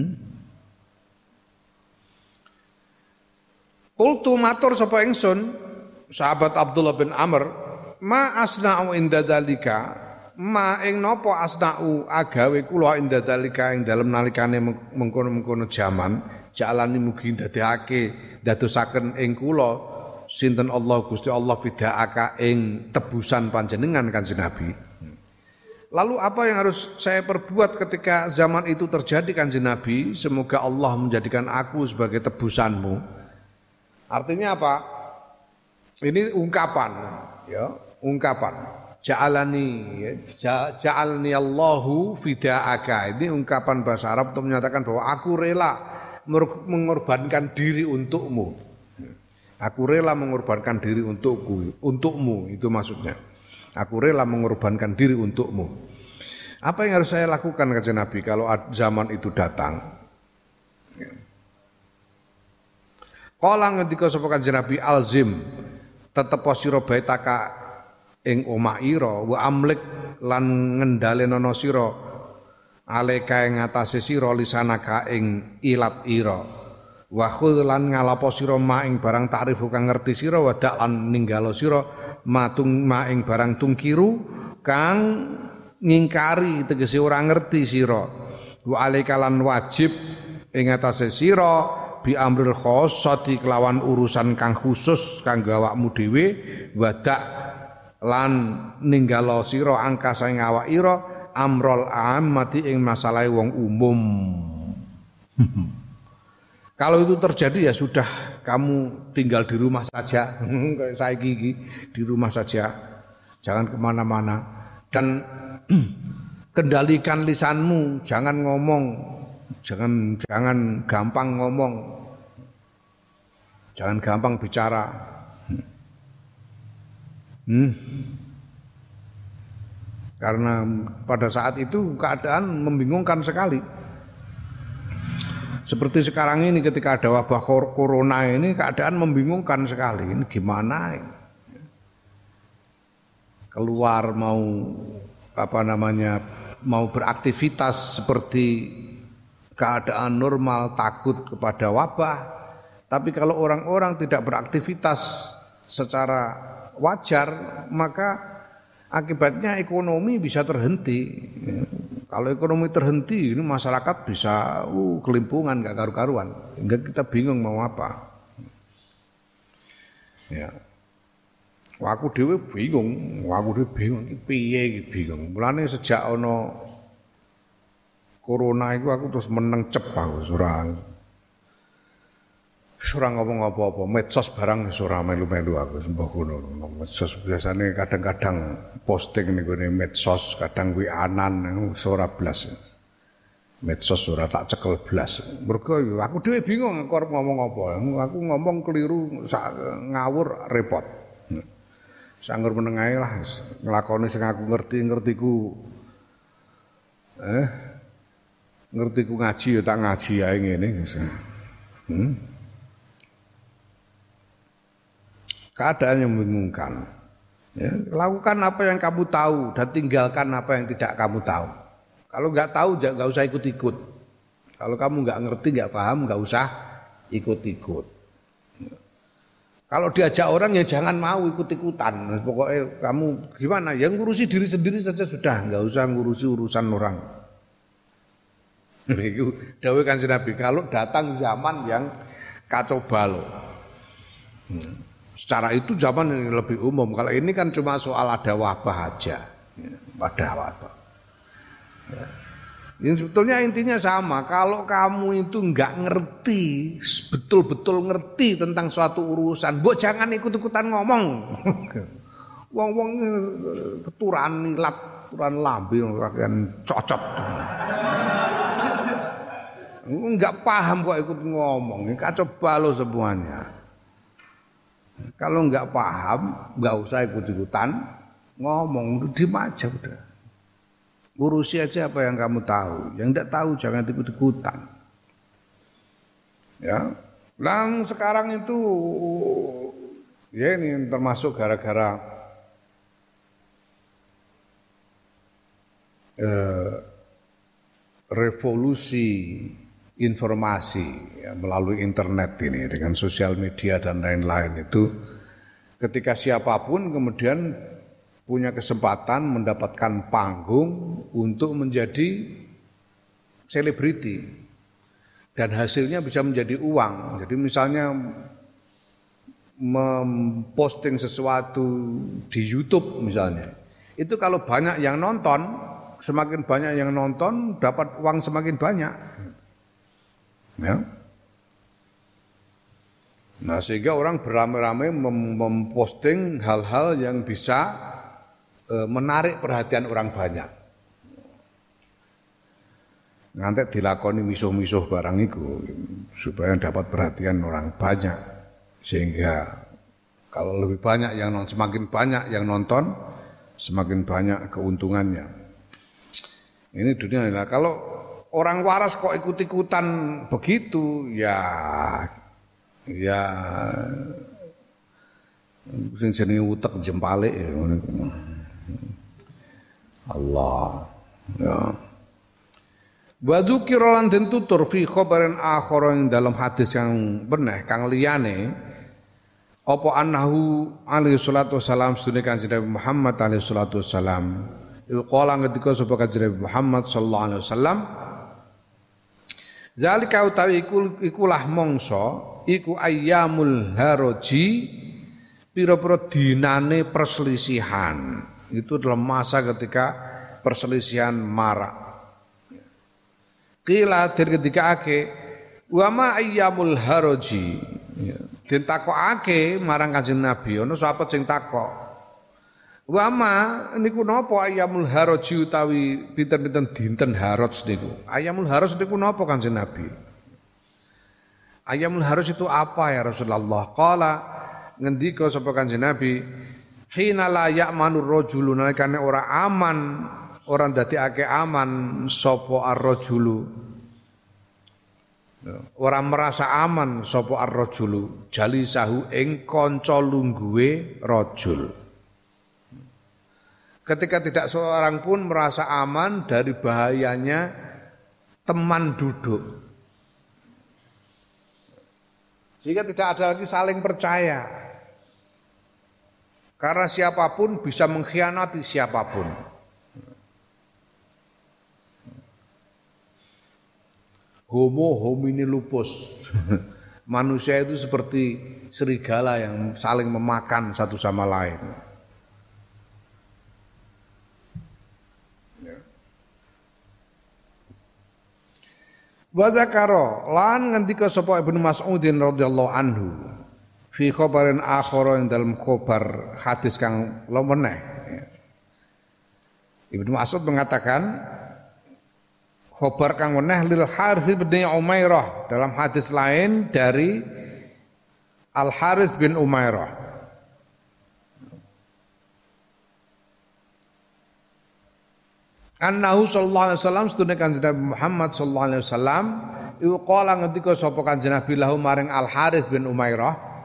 Qultu matur sapa ingsun sahabat Abdullah bin Amr ma asna'u inda dalika ma ing napa asna'u agawe kula inda dalika ing dalem nalikane mengkono-mengkono jaman jalani mugi ndadekake dadosaken ing kula sinten Allah Gusti Allah fidaaka ing tebusan panjenengan Kanjeng Nabi. Lalu apa yang harus saya perbuat ketika zaman itu terjadi Kanjeng Nabi? Semoga Allah menjadikan aku sebagai tebusanmu. Artinya apa? Ini ungkapan, ya, ungkapan. Ja'alani, ya, ja'alni Allahu fidaaka. Ini ungkapan bahasa Arab untuk menyatakan bahwa aku rela mengorbankan diri untukmu. Aku rela mengorbankan diri untukku, untukmu itu maksudnya. Aku rela mengorbankan diri untukmu. Apa yang harus saya lakukan kata Nabi kalau zaman itu datang? Kala ngendika sapa Kanjeng Nabi alzim tetep sira baitaka ing omah ira wa amlik lan ngendhalenono sira aleka ing atase sira lisanaka ing ilat ira wa khul lan ngalapo sira ma ing barang ta'rifu kang ngerti sira wa dak lan ninggalo sira matung ma ing barang tungkiru kang ngingkari tegese ora ngerti sira wa alika lan wajib ing atase sira bi amril khossati kelawan urusan kang khusus kanggo awakmu dhewe wadak lan ninggalo sira angka saing awak ira amrul ammati ing masalahe wong umum. Kalau itu terjadi ya sudah kamu tinggal di rumah saja kayak saiki iki di rumah saja jangan kemana-mana dan kendalikan lisanmu jangan ngomong jangan jangan gampang ngomong jangan gampang bicara hmm. Karena pada saat itu keadaan membingungkan sekali seperti sekarang ini ketika ada wabah corona ini keadaan membingungkan sekali ini gimana keluar mau apa namanya mau beraktivitas seperti keadaan normal takut kepada wabah tapi kalau orang-orang tidak beraktivitas secara wajar maka akibatnya ekonomi bisa terhenti. Kalau ekonomi terhenti ini masyarakat bisa uh, kelimpungan gak karu-karuan hingga kita bingung mau apa. Ya. Wah, aku dhewe bingung, wah, aku dhewe bingung iki piye iki bingung. Mulane sejak ana corona itu aku terus meneng cep aku ora ora ngomong apa-apa, medsos barang ora melu-melu aku sembah ngono. Medsos biasane kadang-kadang posting niku medsos, kadang kuwi anan ora blas. Medsos ora tak cekel blas. Mergo aku dhewe bingung aku arep ngomong apa. Aku ngomong keliru ngawur repot. Sanggur meneng ae lah nglakoni sing aku ngerti-ngertiku. Eh ngertiku ngaji ya tak ngaji ae ngene. Hmm. Keadaan yang membingungkan. Ya, lakukan apa yang kamu tahu dan tinggalkan apa yang tidak kamu tahu. Kalau nggak tahu nggak usah ikut-ikut. Kalau kamu nggak ngerti nggak paham nggak usah ikut-ikut. Kalau diajak orang ya jangan mau ikut-ikutan. Pokoknya kamu gimana? Ya ngurusi diri sendiri saja sudah, nggak usah ngurusi urusan orang. Itu dawuh Kanjeng Nabi kalau datang zaman yang kacau balau. Hmm. Secara itu zaman yang lebih umum. Kalau ini kan cuma soal ada wabah aja, ada wabah. Ya. Ini sebetulnya intinya sama. Kalau kamu itu nggak ngerti, betul-betul ngerti tentang suatu urusan, mbok jangan ikut-ikutan ngomong. Wong-wong keturan nilat, keturan lambe, kakean cocot. Enggak paham kok ikut ngomong, kacau balau semuanya. Kalau enggak paham, enggak usah ikut-ikutan ngomong, diam aja udah. Urusi aja apa yang kamu tahu, yang enggak tahu jangan ikut-ikutan. Ya, Lang sekarang itu ya ini termasuk gara-gara eh, revolusi informasi ya, melalui internet ini dengan sosial media dan lain-lain itu ketika siapapun kemudian punya kesempatan mendapatkan panggung untuk menjadi selebriti dan hasilnya bisa menjadi uang. Jadi misalnya memposting sesuatu di YouTube misalnya, itu kalau banyak yang nonton, semakin banyak yang nonton dapat uang semakin banyak. Ya. Nah sehingga orang beramai-ramai mem- memposting hal-hal yang bisa e, menarik perhatian orang banyak. Ngantek dilakoni misuh-misuh barang itu supaya dapat perhatian orang banyak, sehingga kalau lebih banyak yang nonton, semakin banyak yang nonton, semakin banyak keuntungannya. Ini dunia. Nah, kalau orang waras kok ikut-ikutan begitu, ya, ya, sing jenenge utek jempale, Allah, ya. Wa dzukira lan den tutur fi khabarin akhara ing dalam hadis yang beneh kang liyane apa annahu alaihi salatu wasalam sedune Kanjeng Nabi Muhammad alaihi salatu wasalam iku kala ngendika sapa Kanjeng Nabi Muhammad sallallahu alaihi wasallam zalika utawi iku ikulah mangsa iku ayyamul haraji pira-pira dinane perselisihan itu dalam masa ketika perselisihan marak. Qila den ketika-ake wa ma ayyamul haraji ya den takokake marang Kanjeng Nabi ana sahabat sing takok wa ma niku napa ayyamul haraji utawi pinten-pinten dinten haraj niku ayyamul haraj niku napa Kanjeng Nabi ayyamul haraj itu apa ya Rasulullah qala ngendika sapa Kanjeng Nabi hina la ya'manur rajulu nalikane ora aman orang dadekake aman sapa ar-rajulu orang merasa aman sapa ar-rajulu jalisahu ing kanca lungguhe rajul ketika tidak seorang pun merasa aman dari bahayanya teman duduk sehingga tidak ada lagi saling percaya karena siapapun bisa mengkhianati siapapun. Homo homini lupus. Manusia itu seperti serigala yang saling memakan satu sama lain. Wa zakara lan ngendika sapa Ibnu Mas'udin radhiyallahu anhu fi khabarin akhara ing dalam khabar hadis kang lomeneh. Ibnu Mas'ud mengatakan khobar kang weneh lil Harits bin Umairah dalam hadis lain dari Al Harits bin Umairah. Annahu sallallahu alaihi wasallam sedune Kanjeng Nabi Muhammad sallallahu alaihi wasallam iku qala ngendika sapa Kanjeng Nabi lahu maring Al Harits bin Umairah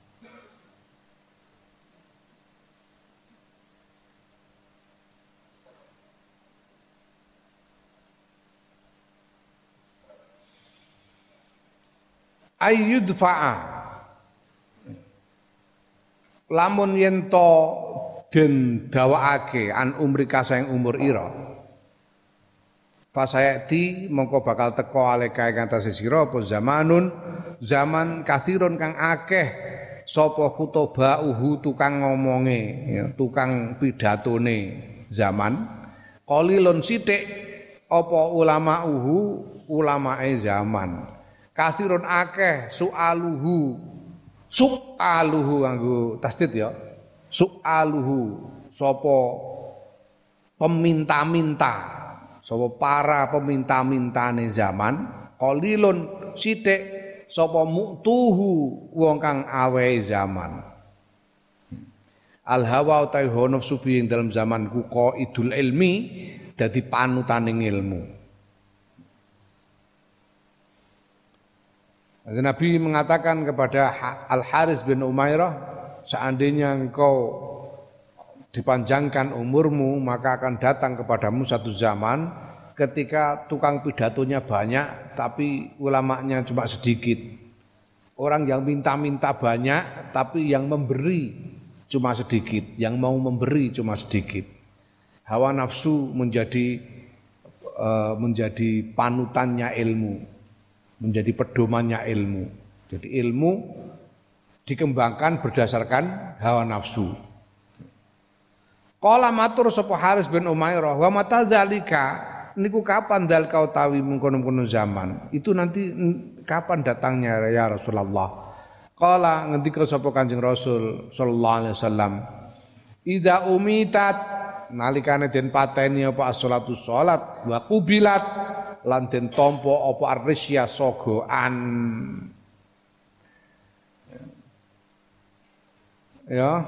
ayyudfa'a lamun yen to den dawakake an umrika saing umur ira fasayati mongko bakal teko aleka ing atase sira apa zamanun zaman kathirun kang akeh sapa khutobauhu tukang ngomonge ya, tukang pidatone zaman qalilun sithik apa ulama uhu ulamae zaman kasirun akeh sualuhu sualuhu nganggo tasdid ya sualuhu sapa peminta-minta sapa para peminta-mintane zaman qalilun sithik sapa mutuhu wong kang awehe zaman al hawa utawi hawa nafsu fi ing dalam zamanku qaidul ilmi dadi panutaning ilmu. Nabi mengatakan kepada Al-Haris bin Umairah, seandainya engkau dipanjangkan umurmu, maka akan datang kepadamu satu zaman ketika tukang pidatonya banyak tapi ulamanya cuma sedikit. Orang yang minta-minta banyak tapi yang memberi cuma sedikit, yang mau memberi cuma sedikit. Hawa nafsu menjadi uh, menjadi panutannya ilmu, menjadi pedomannya ilmu. Jadi ilmu dikembangkan berdasarkan hawa nafsu. Qala matur sapa Haris bin Umairah, wa mata zalika, niku kapan dal kau tawi mengkono-kono zaman? Itu nanti kapan datangnya ya Rasulullah? Qala ngendika sapa Kanjeng Rasul sallallahu alaihi wasallam, idza umitat, nalikane den pateni apa as-shalatu salat, wa qubilat lan den tampa apa ar-risya sogoan. Ya.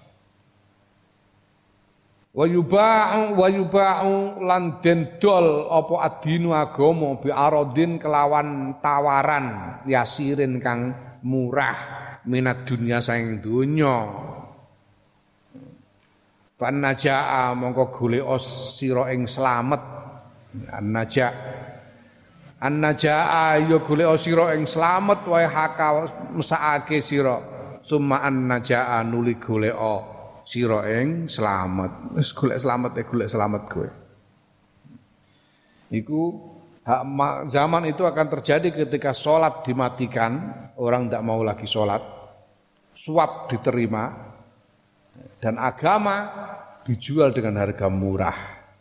Wa yuba'u wa yuba'u lan den dol apa adinu agama bi aradin kelawan tawaran yasirin kang murah minat dunya saing donya. Fan najaa mongko golek sira ing slamet. An najaa An najaa ya golek sira ing slamet wae haka mesakake sira. Summa an najaa nuli golek sira ing slamet. Wis golek slamet e golek slamet kowe. Iku zaman itu akan terjadi ketika sholat dimatikan, orang tidak mau lagi sholat, suap diterima, dan agama dijual dengan harga murah.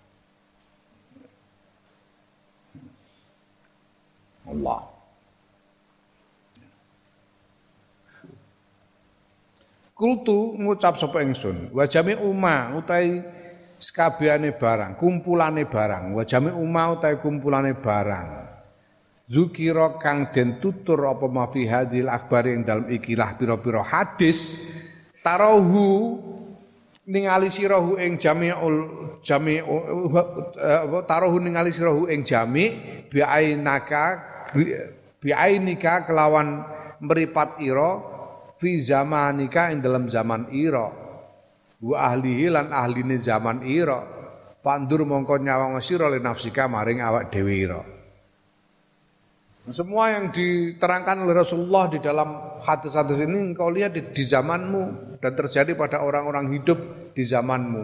Allah. Kultu ngucap sapa ingsun, wa jami umma utai sekabehane barang, kumpulane barang, wa jami umma utai kumpulane barang. Zukira kang den tutur apa ma fi hadil akhbar ing dalem ikilah pira-pira hadis, tarahu ningali sirahu ing jami'ul jami' tarahu ningali sirahu ing jami' bi'ainaka bi'ainika kelawan meripat ira fi zamanika ing dalam zaman ira wa ahlihi lan ahline zaman ira pandur mongko nyawang sira li nafsika maring awak dhewe ira. Semua yang diterangkan oleh Rasulullah di dalam hadis-hadis ini engkau lihat di, di zamanmu dan terjadi pada orang-orang hidup di zamanmu.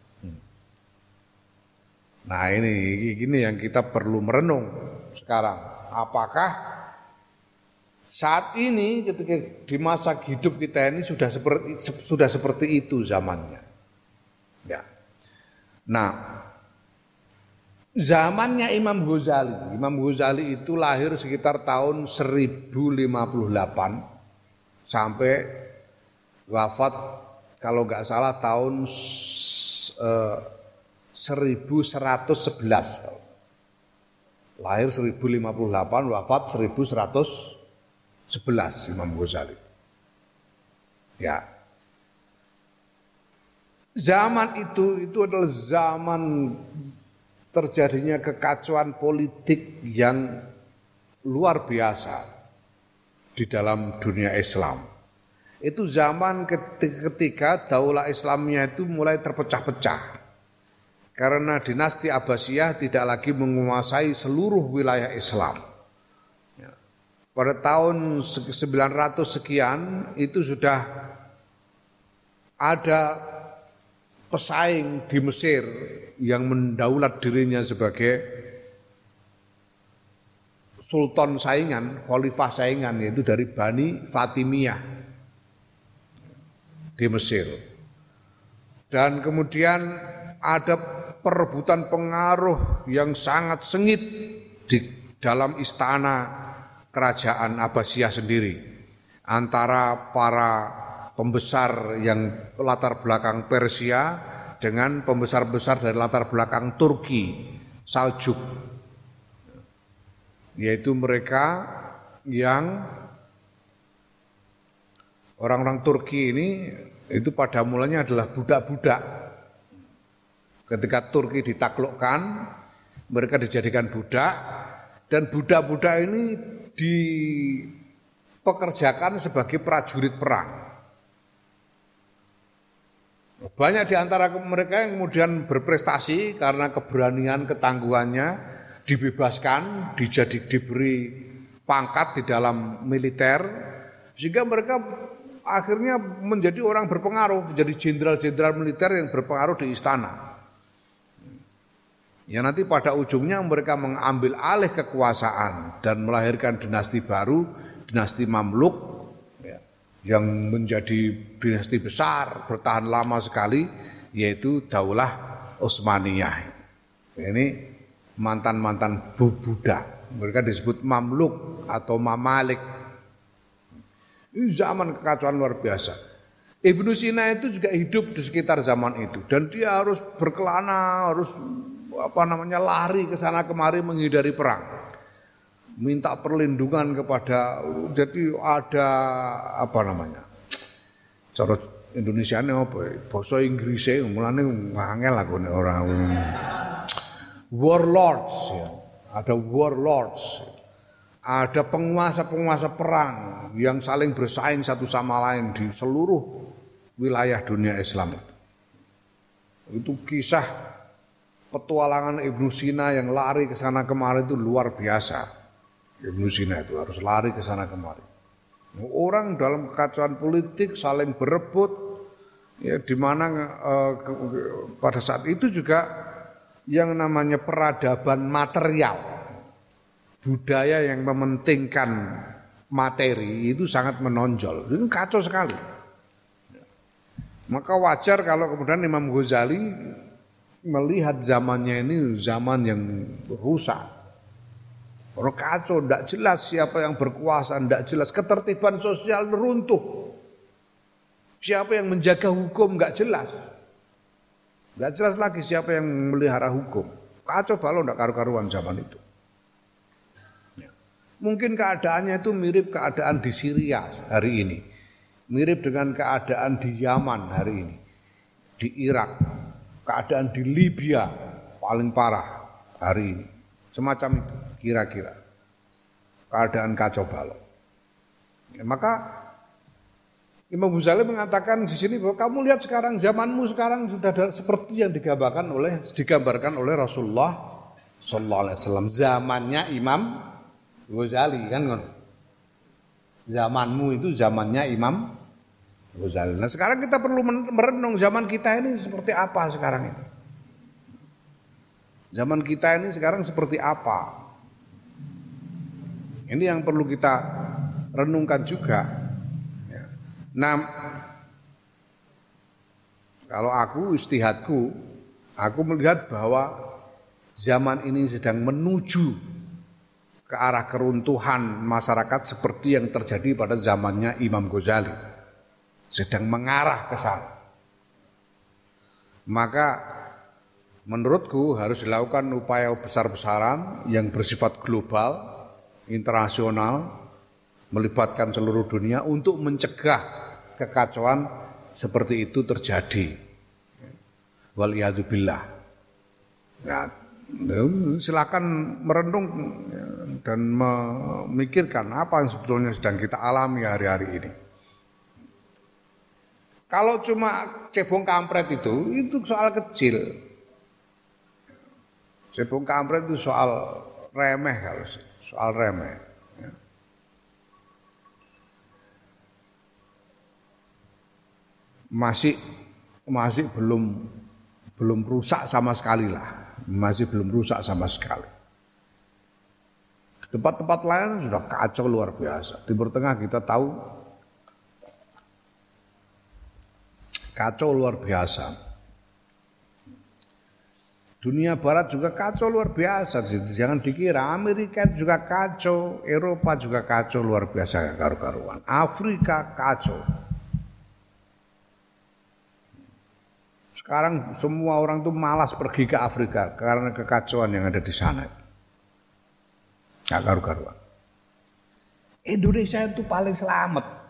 Nah ini ini yang kita perlu merenung sekarang. Apakah saat ini ketika di masa hidup kita ini sudah seperti sudah seperti itu zamannya. Ya. Nah, zamannya Imam Ghazali. Imam Ghazali itu lahir sekitar tahun seribu lima puluh delapan sampai wafat kalau nggak salah tahun eh, seribu seratus sebelas. Lahir seribu lima puluh delapan, wafat seribu seratus sebelas Imam Ghazali. Ya. Zaman itu itu adalah zaman terjadinya kekacauan politik yang luar biasa di dalam dunia Islam. Itu zaman ketika daulah Islamnya itu mulai terpecah-pecah. Karena dinasti Abbasiyah tidak lagi menguasai seluruh wilayah Islam. Pada tahun sembilan ratus sekian itu sudah ada pesaing di Mesir yang mendaulat dirinya sebagai sultan saingan, khalifah saingan, yaitu dari Bani Fatimiyah di Mesir. Dan kemudian ada perebutan pengaruh yang sangat sengit di dalam istana kerajaan Abbasiyah sendiri antara para pembesar yang latar belakang Persia dengan pembesar-besar dari latar belakang Turki, Saljuk, yaitu mereka yang orang-orang Turki ini itu pada mulanya adalah budak-budak. Ketika Turki ditaklukkan, mereka dijadikan budak dan budak-budak ini di pekerjakan sebagai prajurit perang. Banyak di antara mereka yang kemudian berprestasi karena keberanian, ketangguhannya, dibebaskan, dijadi diberi pangkat di dalam militer, sehingga mereka akhirnya menjadi orang berpengaruh, menjadi jenderal-jenderal militer yang berpengaruh di istana. Ya nanti pada ujungnya mereka mengambil alih kekuasaan dan melahirkan dinasti baru, dinasti Mamluk, yang menjadi dinasti besar bertahan lama sekali, yaitu Daulah Utsmaniyah. Ini mantan-mantan budak, mereka disebut Mamluk atau Mamalik. Ini zaman kekacauan luar biasa. Ibnu Sina itu juga hidup di sekitar zaman itu dan dia harus berkelana, harus apa namanya lari ke sana kemari menghindari perang. Minta perlindungan kepada, jadi ada apa namanya, cara Indonesia ini apa, bahasa Inggrisnya mulane ngangel aku nih orang warlords ya, ada warlords, ada penguasa-penguasa perang yang saling bersaing satu sama lain di seluruh wilayah dunia Islam. Itu kisah petualangan Ibnu Sina yang lari ke sana kemari itu luar biasa. Ibnu Sina itu harus lari ke sana kemari. Orang dalam kekacauan politik saling berebut, ya di mana eh, ke, pada saat itu juga yang namanya peradaban material, budaya yang mementingkan materi itu sangat menonjol. Itu kacau sekali. Maka wajar kalau kemudian Imam Ghazali melihat zamannya ini zaman yang rusak. Orang kacau, tidak jelas siapa yang berkuasa, tidak jelas ketertiban sosial runtuh. Siapa yang menjaga hukum tidak jelas. Tidak jelas lagi siapa yang melihara hukum. Kacau balau tidak karu-karuan zaman itu. Mungkin keadaannya itu mirip keadaan di Syria hari ini. Mirip dengan keadaan di Yaman hari ini. Di Irak. Keadaan di Libya paling parah hari ini. Semacam itu. Kira-kira keadaan kacau balau. Ya, maka Imam Ghazali mengatakan di sini bahwa kamu lihat sekarang zamanmu sekarang sudah seperti yang digambarkan oleh digambarkan oleh Rasulullah Sallallahu Alaihi Wasallam. Zamannya Imam Ghazali kan, zamanmu itu zamannya Imam Ghazali. Nah sekarang kita perlu merenung zaman kita ini seperti apa sekarang ini. Zaman kita ini sekarang seperti apa? Ini yang perlu kita renungkan juga. Nah, kalau aku istihadku, aku melihat bahwa zaman ini sedang menuju ke arah keruntuhan masyarakat seperti yang terjadi pada zamannya Imam Ghazali. Sedang mengarah ke sana. Maka menurutku harus dilakukan upaya besar-besaran yang bersifat global, internasional, melibatkan seluruh dunia untuk mencegah kekacauan seperti itu terjadi. Waliyadzubillah. Nah, silakan merenung dan memikirkan apa yang sebetulnya sedang kita alami hari-hari ini. Kalau cuma cebong kampret itu, itu soal kecil. Cebong kampret itu soal remeh kalau sih. Soal remeh. Ya. Masih masih belum belum rusak sama sekali lah, masih belum rusak sama sekali. Tempat-tempat lain sudah kacau luar biasa. Timur Tengah kita tahu kacau luar biasa. Dunia Barat juga kacau luar biasa. Jangan dikira Amerika juga kacau, Eropa juga kacau luar biasa karu-karuan. Afrika kacau. Sekarang semua orang tuh malas pergi ke Afrika karena kekacauan yang ada di sana. Gak karu-karuan. Indonesia itu paling selamat.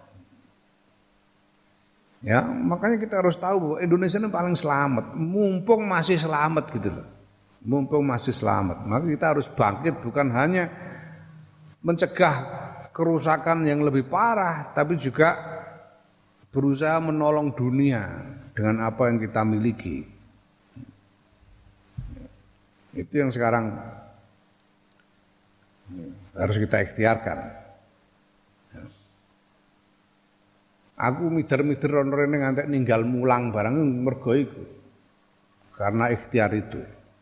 Ya, makanya kita harus tahu bahwa Indonesia ini paling selamat, mumpung masih selamat gitu loh. Mumpung masih selamat, maka kita harus bangkit bukan hanya mencegah kerusakan yang lebih parah, tapi juga berusaha menolong dunia dengan apa yang kita miliki. Itu yang sekarang harus kita ikhtiarkan. Aku mider-mider ono rene ngantek ninggal mulang barang mergo iku. Karena ikhtiar itu.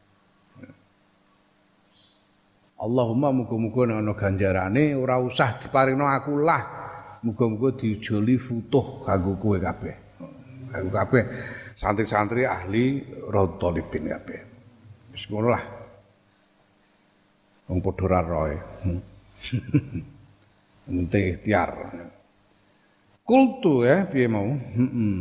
Allahumma muga-muga ana ganjarane ora usah diparingno aku lah. Muga-muga dijoli futuh kanggo kowe kabeh. Kanggo kabeh santri-santri ahli Raudhatul Thalibin kabeh. Wis ngono lah. Wong padha ora roe. Penting ikhtiar. Kultu ya piye mau? Heeh.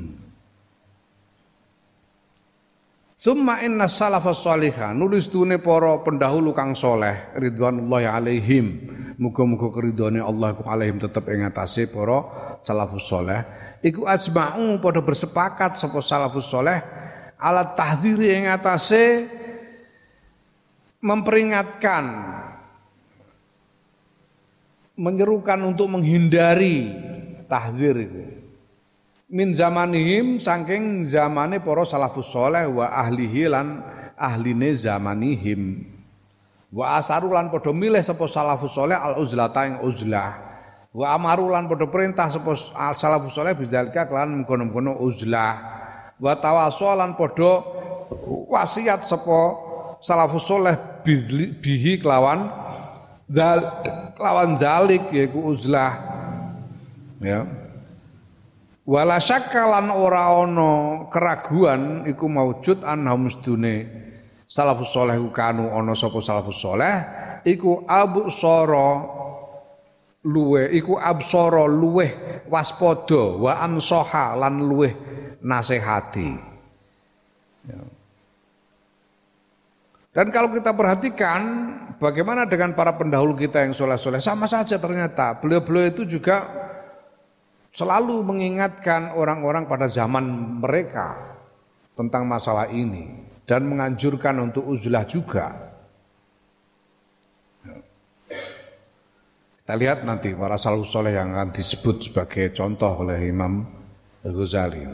Summa inna salafas salihah nulis tune para pendahulu kang soleh ridwanullahi alaihim. Muga-muga keridhone Allah ku alaihim tetep ing atase para salafus saleh. Iku asma'u padha bersepakat sapa salafus saleh ala tahdziri ing atase memperingatkan, menyerukan untuk menghindari tahzir itu. Min zamanihim saking zamane para salafus saleh wa ahlihi lan ahline zamanihim. Wa asaru lan padha milih sapa salafus saleh al uzlata ing uzlah. Wa amaru lan padha perintah sapa salafus saleh bizalika kelan mengkono-mengkono uzlah. Wa tawassul lan padha wasiat sapa salafus saleh bihi kelawan zal kelawan zalik yaiku uzlah. Ya. Wala syakka lan ora ana keraguan iku maujud anhum sedune salafus saleh kanu ana sapa salafus saleh iku absara luweh iku absara luweh waspada wa ansoha lan luweh nasihati. Ya. Dan kalau kita perhatikan bagaimana dengan para pendahulu kita yang soleh-soleh sama saja ternyata beliau-beliau itu juga selalu mengingatkan orang-orang pada zaman mereka tentang masalah ini dan menganjurkan untuk uzlah juga. Kita lihat nanti para salafus saleh yang akan disebut sebagai contoh oleh Imam Ghazali.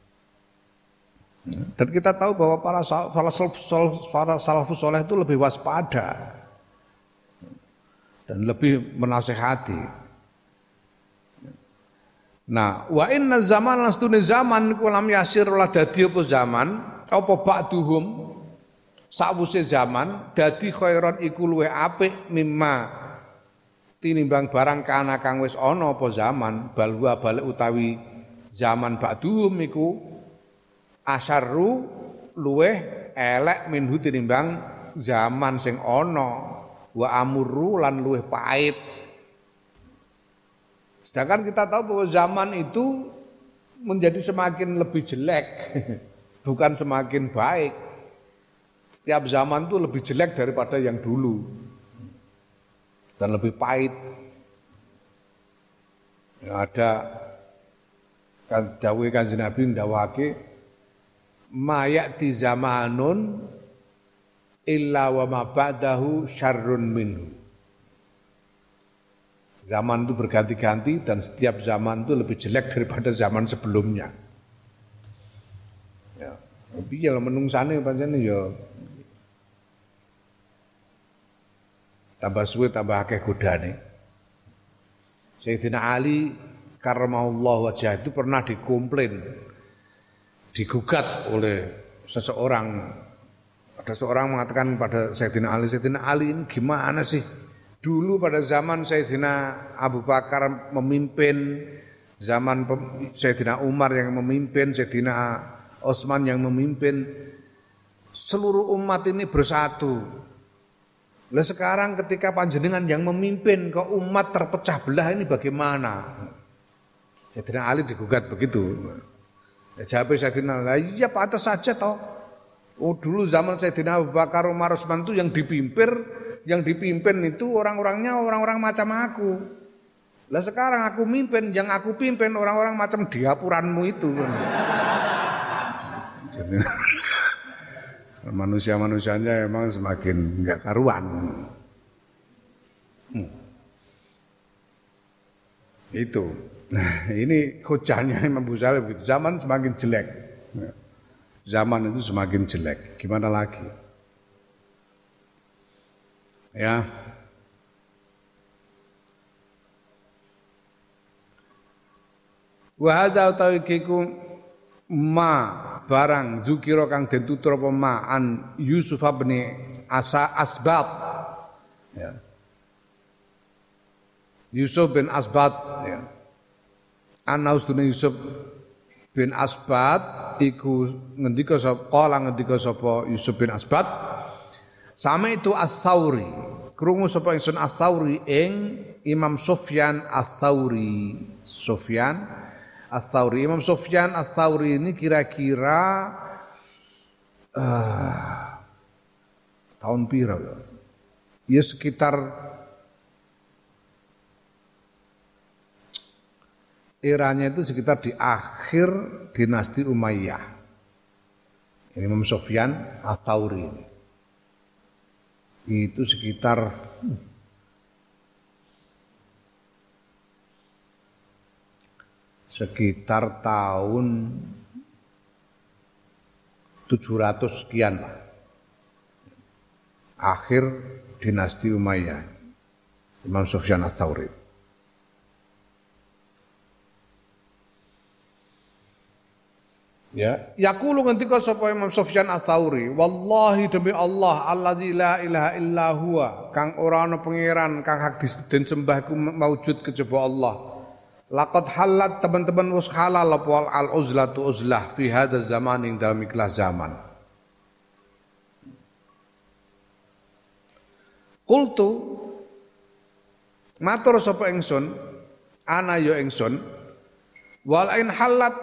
Dan kita tahu bahwa para para salafus saleh itu lebih waspada dan lebih menasehati. Nah, wa inna zaman lastune zaman iku lam yasir la dadi apa zaman apa ba'duhum sakwuse zaman dadi khairon iku luwih apik mimma tinimbang barang kana kang wis ana apa zaman balwa balik utawi zaman ba'duhum iku asyarru luwih elek minhu tinimbang zaman sing ana wa amurru lan luwih pait. Sedangkan kita tahu bahwa zaman itu menjadi semakin lebih jelek, bukan semakin baik. Setiap zaman itu lebih jelek daripada yang dulu dan lebih pahit. Yang ada kan dawuh Kanjeng Nabi ndawuhake mayati zamanun illa wa ma ba'dahu syarrun minhu. Zaman itu berganti-ganti dan setiap zaman itu lebih jelek daripada zaman sebelumnya. Ya, tapi kalau menungsane pancen ya tambah suwe tambah akeh godane. Sayyidina Ali karramallahu wajhah itu pernah dikomplain, digugat oleh seseorang. Ada seorang mengatakan pada Sayyidina Ali, Sayyidina Ali ini gimana sih? Dulu pada zaman Sayyidina Abu Bakar memimpin, zaman Sayyidina Umar yang memimpin, Sayyidina Utsman yang memimpin, seluruh umat ini bersatu. Lah sekarang ketika panjenengan yang memimpin kok umat terpecah belah ini bagaimana? Sayyidina Ali digugat begitu. Ya jawab Sayyidina Ali, ya pantas saja toh. Oh dulu zaman Sayyidina Abu Bakar, Umar, Utsman itu yang dipimpin yang dipimpin itu orang-orangnya orang-orang macam aku. Lah sekarang aku mimpin, yang aku pimpin orang-orang macam diapuranmu itu. Jadi manusia-manusianya emang semakin enggak karuan. Hmm. Itu. Nah, ini hujahnya Imam Ghazali begitu. Zaman semakin jelek. Zaman itu semakin jelek. Gimana lagi? Ya. Wa hadza utawiku ma barang zukira kang den tutur apa ma an Yusuf bin Asa Asbat. Ya. Yusuf bin Asbat ya. Ana ustune Yusuf bin Asbat iku ngendika sapa kala ngendika sapa Yusuf bin Asbat sama itu As-Sauri krungu sapa ingsun As-Sauri ing Imam Sufyan As-Sauri Sufyan As-Sauri Imam Sufyan As-Sauri ini kira-kira uh, tahun pira ya? Ya sekitar eranya itu sekitar di akhir dinasti Umayyah. Imam Sufyan Ats-Tsauri itu sekitar sekitar tahun tujuh ratus sekian lah. Akhir dinasti Umayyah. Imam Sufyan Ats-Tsauri. Ya, yaqulu ngendika sapa Imam Sufyan Ats-Tsauri, wallahi demi Allah allazi la ilaha illa huwa, kang ora ana pangeran kang hak disembah iku maujud kejaba Allah. Laqad halat teman-teman wis halal apa al uzlatu uzlah fi hadza zaman ing dalam ikhlas zaman. Qultu matur sapa ingsun ana ya ingsun wal in halat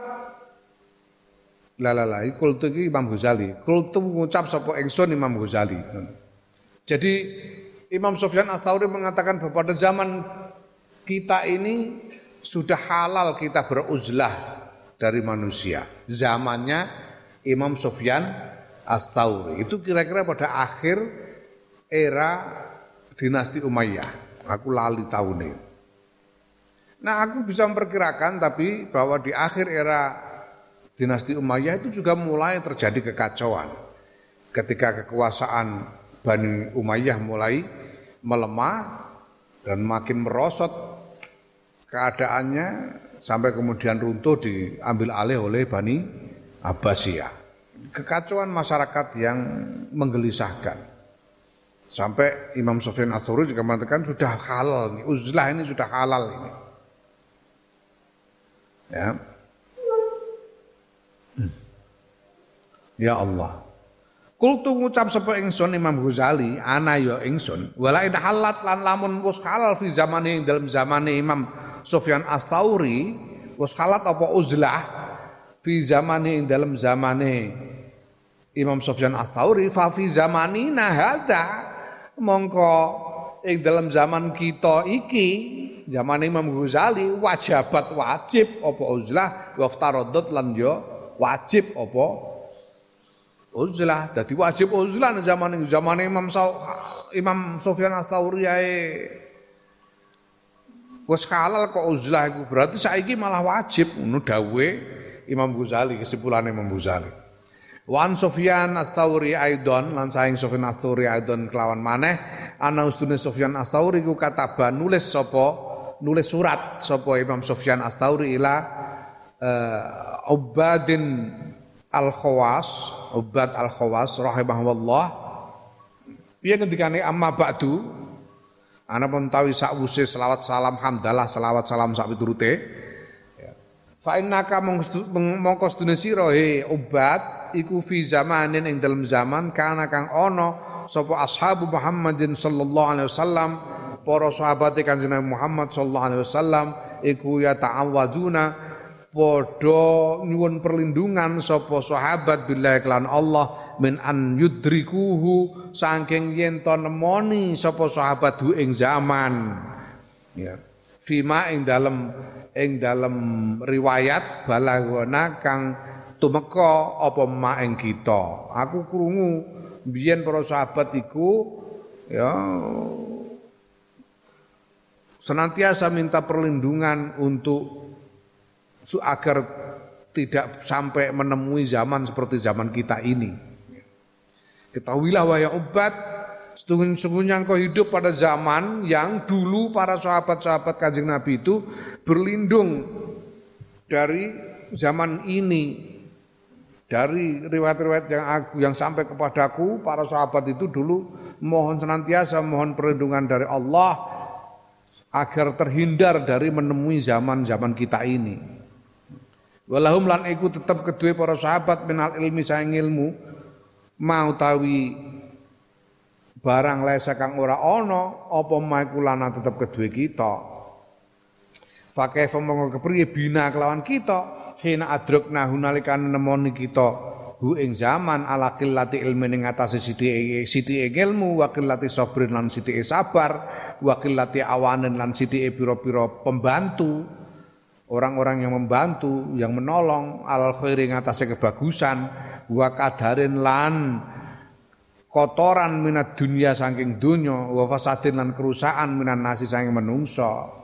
la la la kultu iki Imam Ghazali. Kultu ngucap sapa ingsun Imam Ghazali. Jadi Imam Sufyan Ats-Tsauri mengatakan bahwa pada zaman kita ini sudah halal kita beruzlah dari manusia. Zamannya Imam Sufyan Ats-Tsauri. Itu kira-kira pada akhir era dinasti Umayyah. Aku lali tahunnya. Nah, aku bisa memperkirakan tapi bahwa di akhir era dinasti Umayyah itu juga mulai terjadi kekacauan. Ketika kekuasaan Bani Umayyah mulai melemah dan makin merosot keadaannya sampai kemudian runtuh diambil alih oleh Bani Abbasiyah. Kekacauan masyarakat yang menggelisahkan. Sampai Imam Sufyan Ats-Tsauri juga mengatakan sudah halal, uzlah ini sudah halal ini. Ya. Ya Allah. Kultu ngucap sapa ingsun Imam Ghazali, ana ya ingsun, wala in halat lan lamun wis halal fi zamane ing dalem zamane Imam Sufyan Ats-Tsauri, wis halal apa uzlah fi zamane ing dalem zamane Imam Sufyan Ats-Tsauri, fa fi zamanina hadza mongko ing dalem zaman kita iki, zaman Imam Ghazali wajibat wajib apa uzlah wa ftaradut lan ya wajib apa uzlah. Dadi wajib uzlah ning zaman zaman Imam Imam Sufyan Ats-Tsauri ae wis halal kok uzlah iku berarti saiki malah wajib ngono dawuhe Imam Ghazali, kesimpulan Imam Ghazali. Wan Sufyan Ats-Tsauri aidon lan saing Sufyan Ats-Tsauri aidon kelawan maneh ana ustune Sufyan Ats-Tsauri ku kataba nulis sapa nulis surat sapa Imam Sufyan Ats-Tsauri ila uh, Ubadin Al-Khawas, Ubad Al-Khawas rahimahullah. Piye ngendikane amma ba'du? Ana pun tawi sakwuse selawat salam hamdalah selawat salam sak piturute. Fa innaka mongko sedune sira he Ubad iku fi zamanin ing dalem zaman kana kang ana sapa ashabu Muhammadin sallallahu alaihi wasallam, para sahabat Kanjeng Muhammad sallallahu alaihi wasallam iku ya ta'awadzuna padha nyuwun perlindungan sapa sahabat billahi kelan Allah min an yudrikuhu saking yen to nemoni sapa sahabat hu ing zaman ya fima ing dalem ing dalem riwayat balagona kang tumeka apa ma ing kita. Aku krungu biyen para sahabat iku ya senantiasa minta perlindungan untuk agar tidak sampai menemui zaman seperti zaman kita ini. Ketahuilah wahai ubat, sesungguhnya engkau hidup pada zaman yang dulu para sahabat-sahabat Kanjeng Nabi itu berlindung dari zaman ini. Dari riwayat-riwayat yang aku yang sampai kepadaku, para sahabat itu dulu mohon senantiasa mohon perlindungan dari Allah agar terhindar dari menemui zaman-zaman kita ini. Walahum lan iku tetep kedue para sahabat minal ilmi saing ilmu mau tawi barang lesa kang ora ana apa maikulana tetep kedue kita. Fakih monggo kepriye bina kelawan kita hina adrukna hunalika nemoni kita hu ing zaman ala qillati ilmi ning atase sithik sithik ilmu wa qillati sabrin lan sithik sabar wa qillati awanen lan sithik pira-pira pembantu orang-orang yang membantu yang menolong al khairi ing atase kebagusan wa kadarin lan kotoran minat dunia saking dunya wa fasadin lan kerusakan minan nasi saking menungso.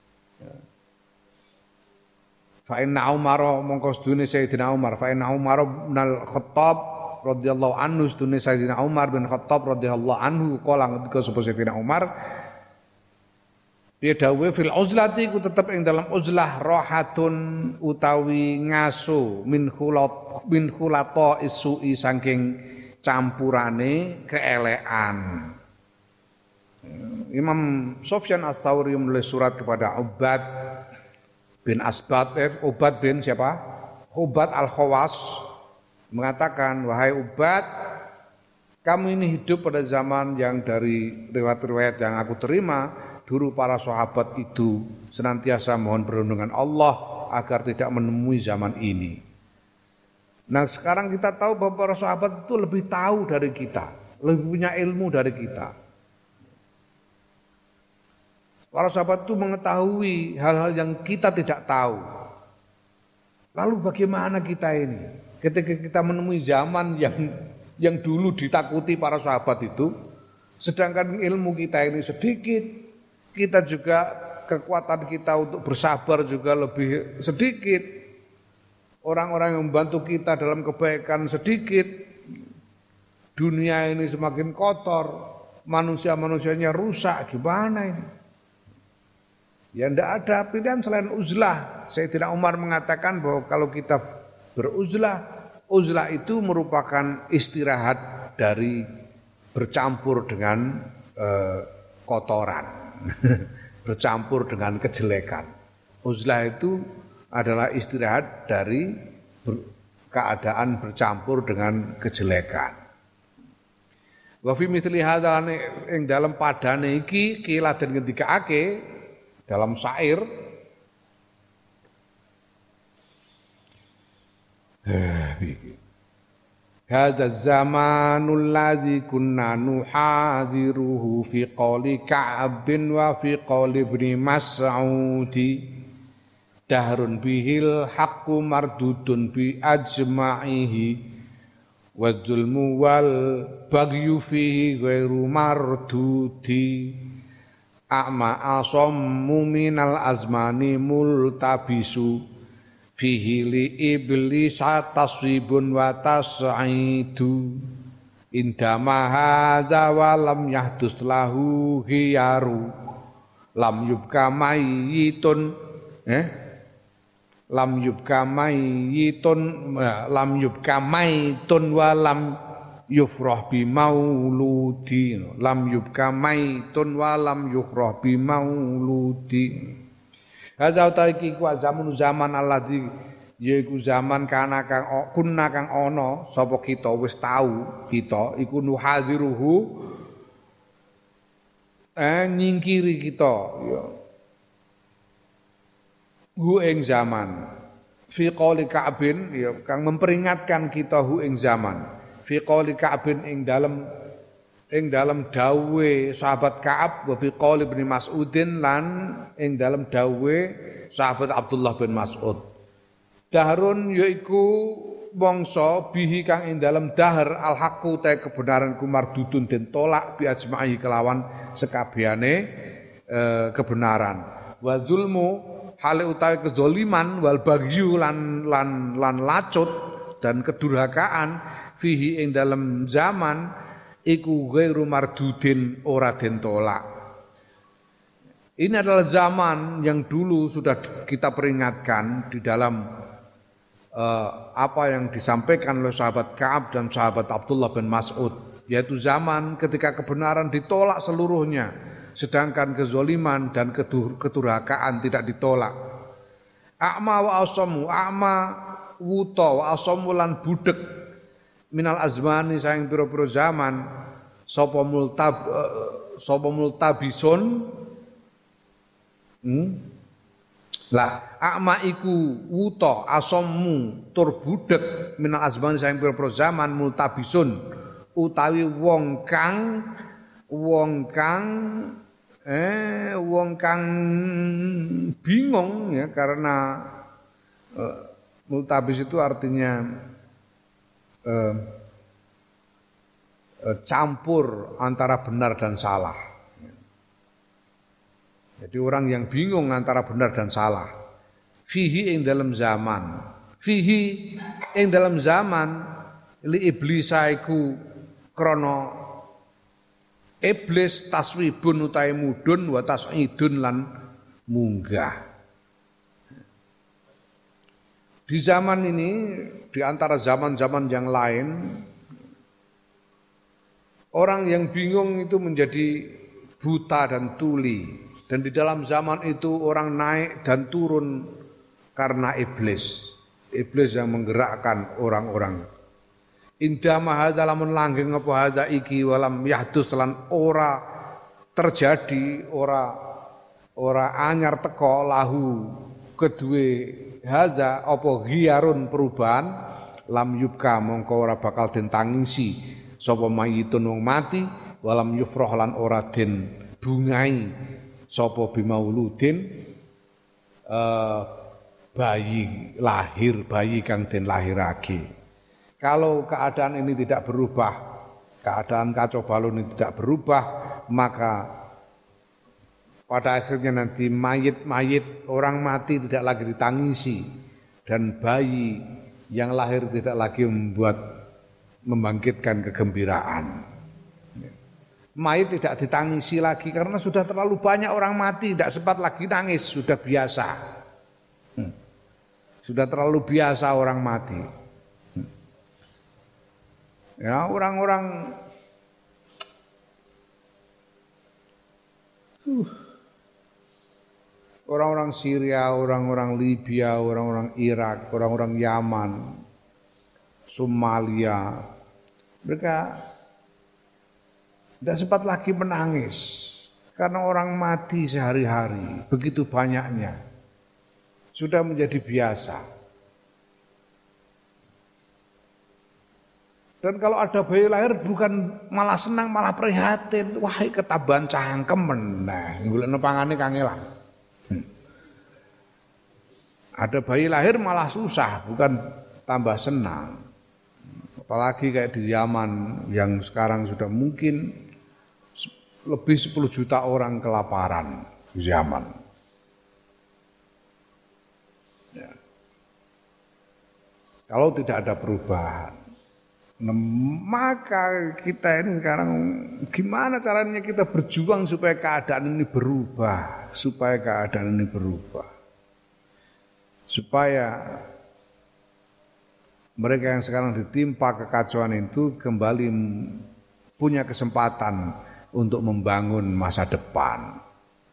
Fa inna Umar mongko sedune Sayyidina Umar fa inna Umar bin Khattab radhiyallahu anhu sedune Sayyidina Umar bin Khattab radhiyallahu anhu kala ngendika sapa Sayyidina Umar dia dawuhe fil uzlati ku tetep ing dalam uzlah rahatun utawi ngaso min khulat min khulata isui saking campurane keelekan. Imam Sufyan Ats-Tsauri menulis surat kepada Ubad bin Asbat, eh, Ubad bin siapa? Ubad Al-Khawas mengatakan, wahai Ubad, kamu ini hidup pada zaman yang dari riwayat-riwayat yang aku terima, dulu para sahabat itu senantiasa mohon perlindungan Allah agar tidak menemui zaman ini. Nah sekarang kita tahu bahwa para sahabat itu lebih tahu dari kita, lebih punya ilmu dari kita. Para sahabat itu mengetahui hal-hal yang kita tidak tahu. Lalu bagaimana kita ini? Ketika kita menemui zaman yang yang dulu ditakuti para sahabat itu, sedangkan ilmu kita ini sedikit, kita juga kekuatan kita untuk bersabar juga lebih sedikit. Orang-orang yang membantu kita dalam kebaikan sedikit. Dunia ini semakin kotor, manusia-manusianya rusak, gimana ini? Ya tidak ada pilihan selain uzlah. Sayyidina Umar mengatakan bahwa kalau kita beruzlah, uzlah itu merupakan istirahat dari bercampur dengan eh, kotoran, bercampur dengan kejelekan. Uzlah itu adalah istirahat dari ber, keadaan bercampur dengan kejelekan. Wa fi mithli hadza ing dalam padane iki kila den ngendikaake dalam syair hadza zamanul ladzi kunna nuhadiruhu fi qawli Ka'ab wa fi qawli Ibnu Mas'ud dahrun bihil haqqu mardudun bi ajma'ihi wa dzulmu wal baghyu fihi ghairu mardudi a'ma asammu minal azmani multabisu fihi li iblis taswibun wa tas'idu indama hadza wa lam yahdus lahu ghiyaru lam yubka mayyitun eh lam yubka mayyitun lam yubka mayyitun wa lam yufrah bi mauludi lam yubka maitun wa lam yufrah bi mauludi hadza utaiki ku zaman zaman alladzi yaiku zaman kana kang kunna kang ana sapa kita wis tahu kita iku nuhadziruhu eh nyingkiri kita ya hu ing zaman fi qouli Ka'bin ya kang memperingatkan kita hu ing zaman fi qouli Ka'bin ing dalem ing dalem dawuhe sahabat Ka'ab wa fi qouli Ibnu Mas'udin lan ing dalem dawuhe sahabat Abdullah bin Mas'ud. Dahrun yaiku mangsa bihi kang ing dalem dahar al haqqu ta kebenaran ku mardudun den tolak bi asma'i kelawan sekabehane eh, kebenaran. Wa zulmu hale utawi kezaliman wal baghyu lan lan lan lacut dan kedurhakaan fihi ing dalam zaman iku ghairu mardudin ora den tolak. Ini adalah zaman yang dulu sudah kita peringatkan di dalam uh, apa yang disampaikan oleh sahabat Ka'ab dan sahabat Abdullah bin Mas'ud, yaitu zaman ketika kebenaran ditolak seluruhnya, sedangkan kezaliman dan kedurhakaan tidak ditolak. A'ma wa asamu, a'ma wuta wa asamu lan budek minal azmani saing pira-pira zaman sapa multab uh, sapa multabisun hmm? Lah a'ma iku wuta asammu tur budek minal azmani saing pira-pira zaman multabisun utawi wong kang wong kang eh wong kang bingung ya karena uh, multabis itu artinya uh, uh, campur antara benar dan salah. Jadi orang yang bingung antara benar dan salah. Fihi ing dalam zaman, fihi ing dalam zaman li iblisaiku krana iblis taswibun utahe mudun wa tas'idun lan munggah. Di zaman ini, di antara zaman-zaman yang lain, orang yang bingung itu menjadi buta dan tuli. Dan di dalam zaman itu orang naik dan turun karena iblis. Iblis yang menggerakkan orang-orang. Indah mahadha lamun langgeng apa hadza iki walam yahdus lan ora terjadi ora ora anyar teko lahu kedue hadza apa ghiyarun perubahan lam yubka mongko ora bakal den tangisi sapa mayitun wong mati walam yufrah lan ora den bungai sapa bimauludin uh, bayi lahir bayi kang den lahirake. Kalau keadaan ini tidak berubah, keadaan kacau balau ini tidak berubah, maka pada akhirnya nanti mayit-mayit orang mati tidak lagi ditangisi dan bayi yang lahir tidak lagi membuat membangkitkan kegembiraan. Mayit tidak ditangisi lagi karena sudah terlalu banyak orang mati, tidak sempat lagi nangis, sudah biasa. Sudah terlalu biasa orang mati. Ya, orang-orang uh, orang-orang Syria, orang-orang Libya, orang-orang Irak, orang-orang Yaman, Somalia, mereka tidak sempat lagi menangis karena orang mati sehari-hari, begitu banyaknya, sudah menjadi biasa. Dan kalau ada bayi lahir bukan malah senang, malah prihatin. Wah, ketaban cangkem meneh. Golekno pangane kangelan. Hmm. Ada bayi lahir malah susah, bukan tambah senang. Apalagi kayak di Yaman yang sekarang sudah mungkin lebih sepuluh juta orang kelaparan di Yaman. Ya. Kalau tidak ada perubahan, nah, maka kita ini sekarang gimana caranya kita berjuang supaya keadaan ini berubah, supaya keadaan ini berubah, supaya mereka yang sekarang ditimpa kekacauan itu kembali punya kesempatan untuk membangun masa depan.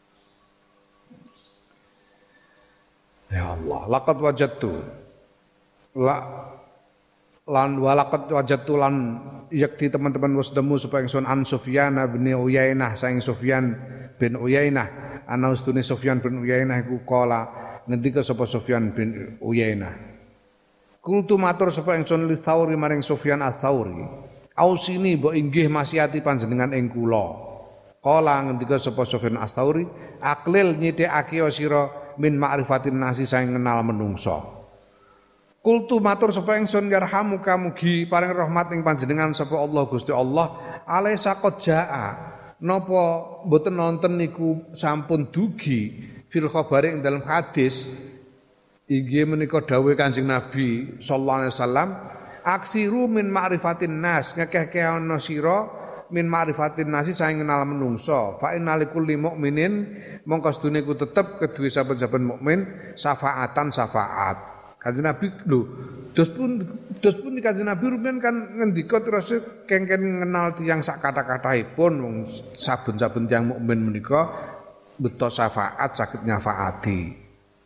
Ya Allah, laqad wajadtu la lan walaqad wajadtu lan yakti teman-teman wasdemu supaya ingsun an Sufyan bin Uyainah saing Sufyan bin Uyainah ana ustune Sufyan bin Uyainah iku kala ngendika sapa Sufyan bin Uyainah kultu matur sapa ingsun li Tsauri maring Sufyan as-Tsauri ausini mbok inggih masiati panjenengan ing kula kala ngendika sapa Sufyan as-Tsauri aklil nyithikake sira min ma'rifatin nasi saing kenal menungso. Kultu matur sapa ingsun yarhamuka mugi paring rahmat ing panjenengan sapa Allah Gusti Allah alaisa qad jaa napa mboten nonton niku sampun dugi fil khabari ing dalam hadis inggih menika dawuh Kanjeng Nabi sallallahu alaihi wasallam aksiru min ma'rifatin nas ngekeh-keh ana sira min ma'rifatin nasi saing kenal menungso fa innalikul mukminin mongko sedune ku tetep kedue saben-saben mukmin syafaatan syafaat. Kanjeng Nabi lho dos pun dos pun di Kanjeng Nabi rumiyin kan ngendika terus kengken ngenal tiyang sak kata-katahipun wong saben-saben tiyang mukmin menika beto syafaat saged nyafaati.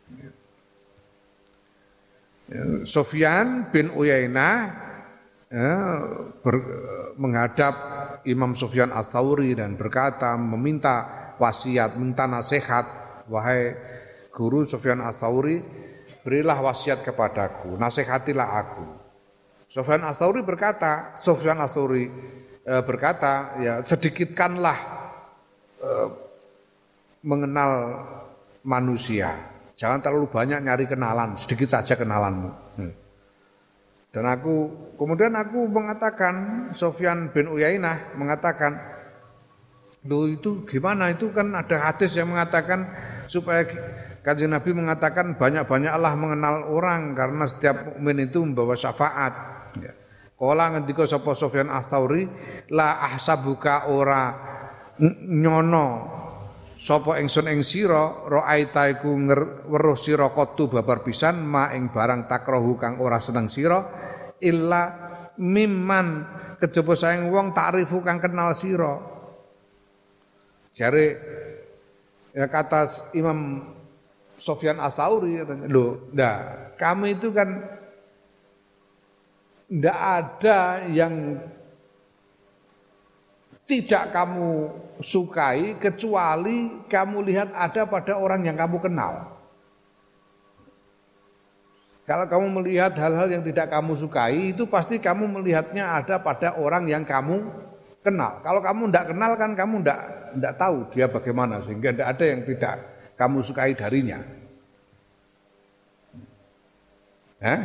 Sufyan bin Uyainah ya, ber, menghadap Imam Sufyan Ats-Tsauri dan berkata meminta wasiat, minta nasihat, wahai guru Sufyan Ats-Tsauri, berilah wasiat kepadaku, nasihatilah aku. Sufyan Ats-Tsauri berkata, Sufyan Ats-Tsauri e, berkata, ya sedikitkanlah e, mengenal manusia. Jangan terlalu banyak nyari kenalan, sedikit saja kenalanmu. Hmm. Dan aku, kemudian aku mengatakan, Sufyan bin Uyainah mengatakan, loh itu gimana, itu kan ada hadis yang mengatakan, supaya Kanjeng Nabi mengatakan banyak-banyaklah mengenal orang, karena setiap mukmin itu membawa syafaat. Kala ngendika sapa Sufyan Ats-Tsauri, la ahsabuka ora nyono sapa ingsun ing sira ra'aita iku weruh sira qatu babar pisan ma ing barang takrahu kang ora seneng sira illa mimman kejaba saing wong ta'rifu kang kenal sira. Jare ya kata Imam Sufyan Ats-Tsauri katanya, lho, ndak kami itu kan ndak ada yang tidak kamu sukai kecuali kamu lihat ada pada orang yang kamu kenal. Kalau kamu melihat hal-hal yang tidak kamu sukai itu pasti kamu melihatnya ada pada orang yang kamu kenal. Kalau kamu tidak kenal kan kamu tidak tidak tahu dia bagaimana, sehingga tidak ada yang tidak kamu sukai darinya. Hah?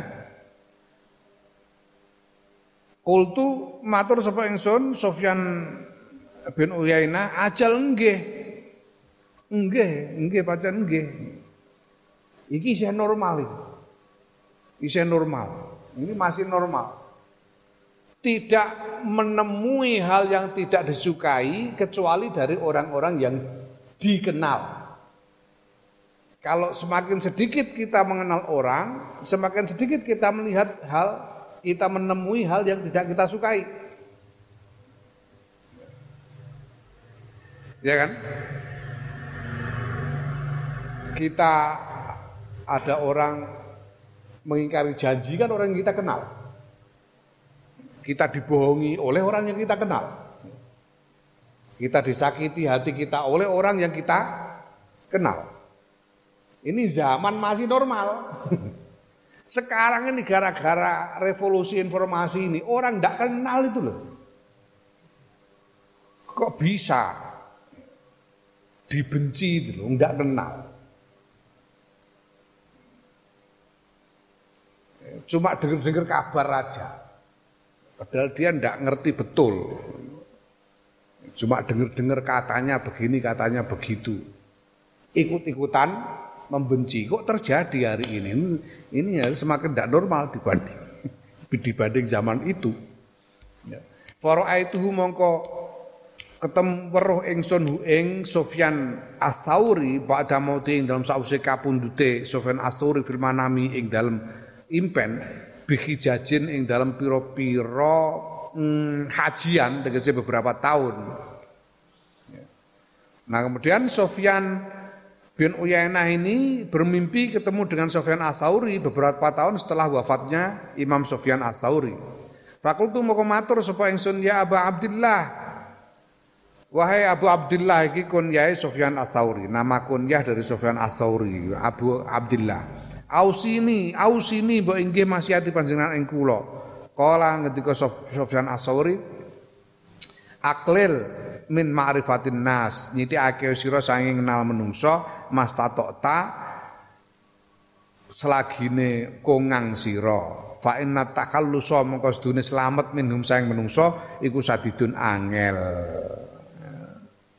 Qultu matur sapa ingsun Sufyan bin Uyainah ajal nggih. Nggih, nggih pancen nggih. Iki isih normal iki. Isih normal. Ini masih normal. Tidak menemui hal yang tidak disukai kecuali dari orang-orang yang dikenal. Kalau semakin sedikit kita mengenal orang, semakin sedikit kita melihat hal, kita menemui hal yang tidak kita sukai. Ya kan? Kita ada orang mengingkari janji kan orang yang kita kenal. Kita dibohongi oleh orang yang kita kenal. Kita disakiti hati kita oleh orang yang kita kenal. Ini zaman masih normal. Sekarang ini gara-gara revolusi informasi ini orang tidak kenal itu loh. Kok bisa dibenci itu loh, tidak kenal. Cuma dengar-dengar kabar aja. Padahal dia tidak ngerti betul. Cuma dengar-dengar katanya begini, katanya begitu. Ikut-ikutan membenci. Kok terjadi hari ini? Ini ya semakin tidak normal dibanding dibanding zaman itu. Fara'aituhu mongko ketemu weruh ingsun hu ing Sufyan Ats-Tsauri ba'da mauti ing dalam sause kapundhute Sufyan Ats-Tsauri fil manami ing dalam impen bihijajin ing dalam pira-pira hmm, hajian tegese beberapa tahun. Nah, kemudian Sufyan bin Uyainah ini bermimpi ketemu dengan Sufyan Ats-Tsauri beberapa tahun setelah wafatnya Imam Sufyan Ats-Tsauri. Fakultu moko matur sapa ingsun ya Aba Abdillah. Wahai Abu Abdillah iki kunyahe Sufyan Ats-Tsauri, nama kunyah dari Sufyan Ats-Tsauri, Abu Abdillah. Ausini, ausini mbok inggih masihati panjenengan ing kula. Kala ngendika Sufyan Ats-Tsauri, aklil min ma'rifatin nas, nyitikake sira saking kenal menungso mastatokta selagine kongang sira. Fa inna takhallusa mongko sedune slamet minhum saing menungso iku sadidun angel.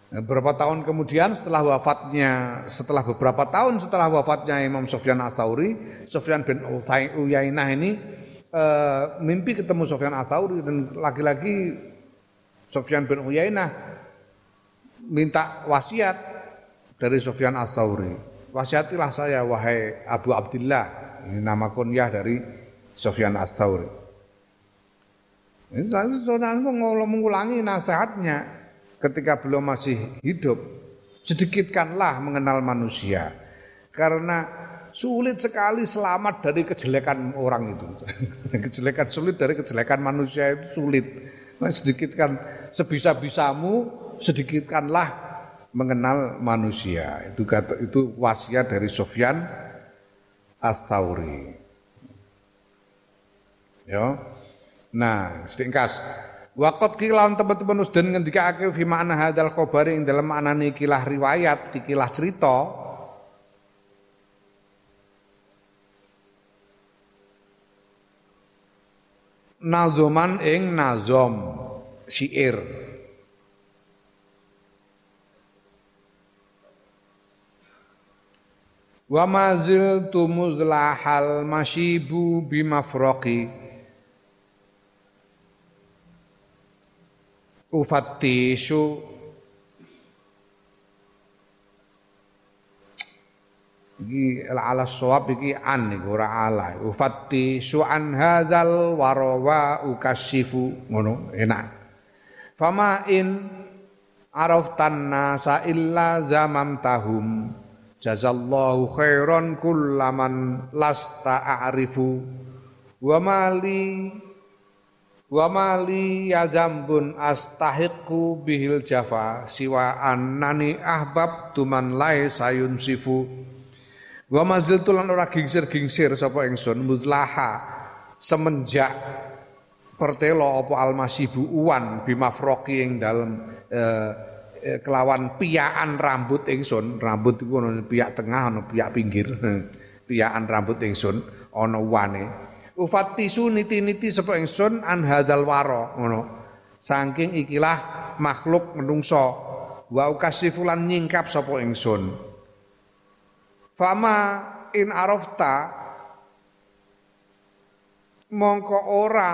Nah, beberapa tahun kemudian setelah wafatnya, setelah beberapa tahun setelah wafatnya Imam Sufyan Ats-Tsauri, Sufyan bin Uyainah ini e, mimpi ketemu Sufyan Ats-Tsauri dan lagi-lagi Sufyan bin Uyainah minta wasiat dari Sufyan Ats-Tsauri. Wasiatilah saya wahai Abu Abdillah, ini nama kunyah dari Sufyan Ats-Tsauri. Ini saya mengulangi nasihatnya. Ketika beliau masih hidup, sedikitkanlah mengenal manusia, karena sulit sekali selamat dari kejelekan orang itu. Kejelekan sulit dari kejelekan manusia itu sulit. Nah, sedikitkan sebisa-bisamu, sedikitkanlah mengenal manusia. Itu kata itu wasiat dari Sufyan Ats-Tsauri. Ya. Nah, stingkas waqat kilan teman-teman usden ngendikake fi makna hadzal khabari ing dalam maknane ikilah riwayat, ikilah cerita. Nazoman ing nazom syair. Wa mazil tumuzlahal masyibu bimafraqi ufattishu iki ala shawab iki an iku ora ala ufattishu an hadzal warawa ukashifu ngono enak fama in araftan nasa illa zamamtahum jazallahu khairan kullaman lasta a'rifu wa mali wa mali ya zambun astahiqu bihil jafa siwa annani ahbab tuman lai sayun sifu wa maziltu lan ora gingsir-gingsir sapa ingsun mutlaha semenjak pertelo apa almasibu uwan bimafroqi ing dalem eh, eh, kelawan piyaan rambut ingsun rambut iku ana piyak tengah ana piyak pinggir piyaan rambut ingsun ana uwane ufatisu niti-niti sapa ingsun an hadzal wara ngono saking ikilah makhluk menungso wa ukasifulan nyingkap sapa ingsun fama in arafta mongko ora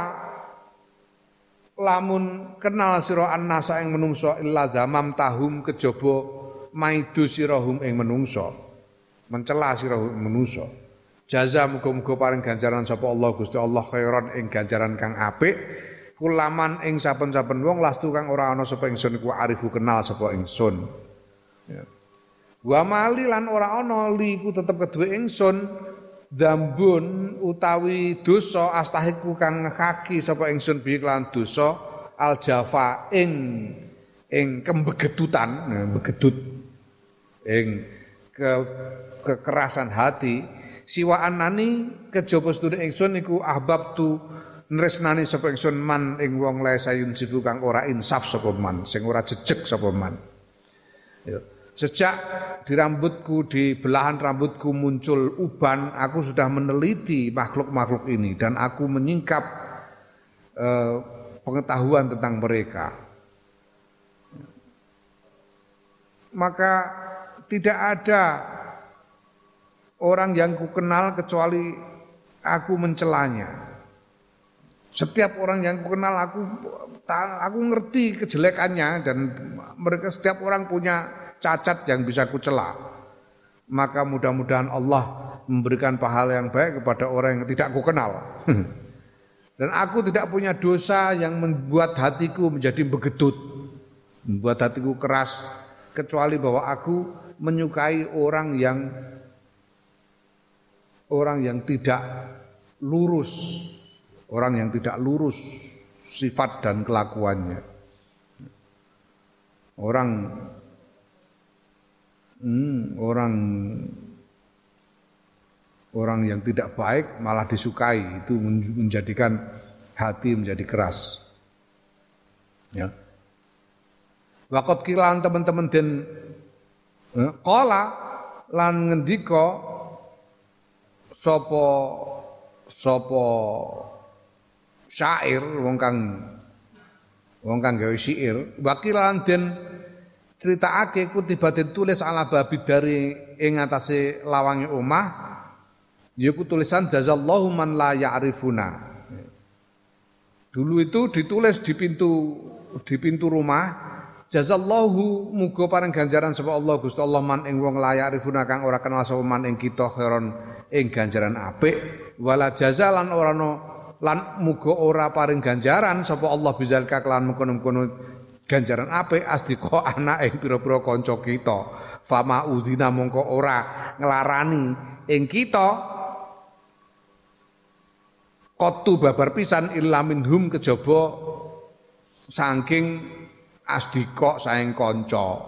lamun kenal sira annasa ing menungso illa zamam tahum kejaba maidu sirahum ing menungso mencela sirahum menungso jaza muga-muga paring ganjaran sapa Allah Gusti Allah khairan ing ganjaran kang apik kulaman ing saben-saben wong lastu kang ora ana sapa ingsun iku arifu kenal sapa ingsun ya. Wa mali lan ora ana li iku tetep kedue ingsun dzambun utawi dosa astahiku kang ngekaki sapa ingsun bi lan dosa al jafa ing ing kembegedutan nah, begedut ing ke kekerasan hati siwa anani kejaba sedune ingsun iku ahbab tu nresnani sapa ingsun man ing wong lae sayun sifu kang ora insaf sapa man sing ora jejeg sapa man ya. Sejak di rambutku di belahan rambutku muncul uban aku sudah meneliti makhluk-makhluk ini dan aku menyingkap eh, pengetahuan tentang mereka maka tidak ada orang yang ku kenal kecuali aku mencelanya. Setiap orang yang ku kenal aku aku ngerti kejelekannya dan mereka setiap orang punya cacat yang bisa ku cela. Maka mudah-mudahan Allah memberikan pahala yang baik kepada orang yang tidak ku kenal. Dan aku tidak punya dosa yang membuat hatiku menjadi begedut, membuat hatiku keras kecuali bahwa aku menyukai orang yang orang yang tidak lurus, orang yang tidak lurus sifat dan kelakuannya. Orang hmm, orang orang yang tidak baik malah disukai, itu menjadikan hati menjadi keras. Ya. Waqat kilan teman-teman den eh, qala lan ngendika sapa sapa syair wong kang wong kang gawe syair wakilan den critakake kutiba ditulis ala babi dari ing atase lawange omah yaiku tulisan jazallahu man la ya'rifuna. Dulu itu ditulis di pintu di pintu rumah jazallahu muga paring ganjaran sapa Allah Gusti Allah man ing wong la ya'rifuna kang ora kenal sapa man ing kita khairon ing ganjaran apik wala jazalan ora no lan muga ora paring ganjaran sapa Allah bizalika kelan mengkono-mengkono ganjaran apik asdika anak ing pira-pira kanca kita fama uzina mongko ora nglarani ing kita qatu babar pisan illa minhum kejaba saking asdika saing kanca.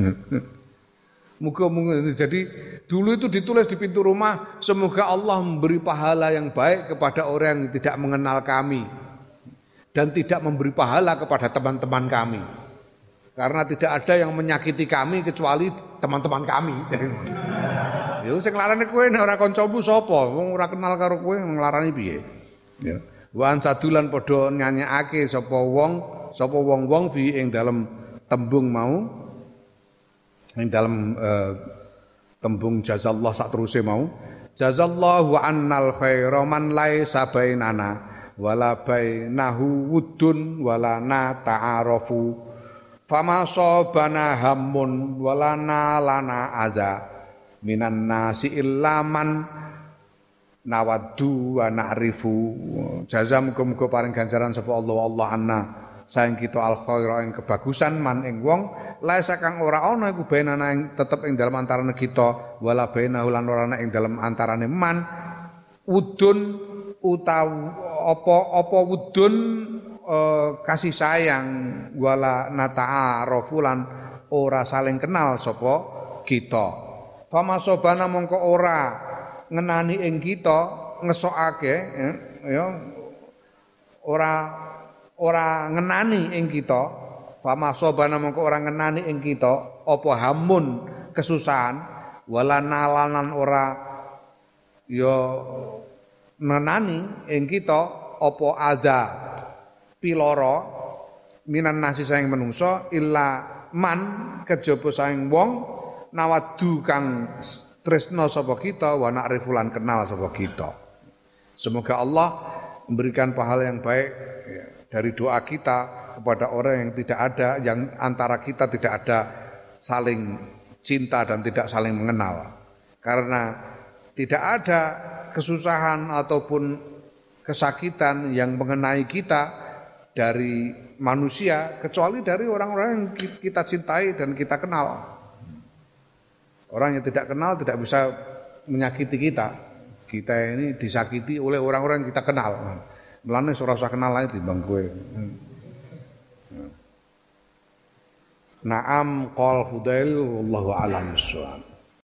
Muga-muga jadi dulu itu ditulis di pintu rumah semoga Allah memberi pahala yang baik kepada orang yang tidak mengenal kami dan tidak memberi pahala kepada teman-teman kami. Karena tidak ada yang menyakiti kami kecuali teman-teman kami. Ya sing nglarani kowe nek ora kancamu sapa? Wong ora kenal karo kowe nglarani piye? Ya. Wa ansadulan padha nyanyekake sapa wong, sapa wong-wong fi ing dalem tembung mau ing dalem uh, tembung jazallah sak teruse mau. Jazallahu annal khaira man laisa bainana wala bainahu wuddun wala na ta'arafu fama sobana hammun wala na lana aza minan nasi illaman nawaddu wa na'rifu jazam muga-muga paring ganjaran sapa Allah Allah anna saing kita al khaira ing kebagusan man ing wong laisa kang ora ana iku bainana ing tetep ing dalem antarane kita wala bainahu lan ora ana ing dalem antarane man wudun utawa apa apa wudun e, kasih sayang wala nata'arafu lan ora saling kenal sapa kita. Pamasobana mongko ora ngenani ing kita ngesokake ya, ya ora ora ngenani ing kita. Pamasobana mongko ora ngenani ing kita apa hamun kesusahan wala nalanan ora ya menani ing kita apa ada piloro minan nasi saing menungso illa man kejaba saing wong nawadu kang tresno sapa kita wa na'rifulan kenal sapa kita. Semoga Allah memberikan pahala yang baik dari doa kita kepada orang yang tidak ada yang antara kita tidak ada saling cinta dan tidak saling mengenal. Karena tidak ada kesusahan ataupun kesakitan yang mengenai kita dari manusia kecuali dari orang-orang yang kita cintai dan kita kenal. Orang yang tidak kenal tidak bisa menyakiti kita. Kita ini disakiti oleh orang-orang yang kita kenal. Mulane ora usah kenal ae timbang kowe. Naam qol Fudail wallahu a'lam bissawab.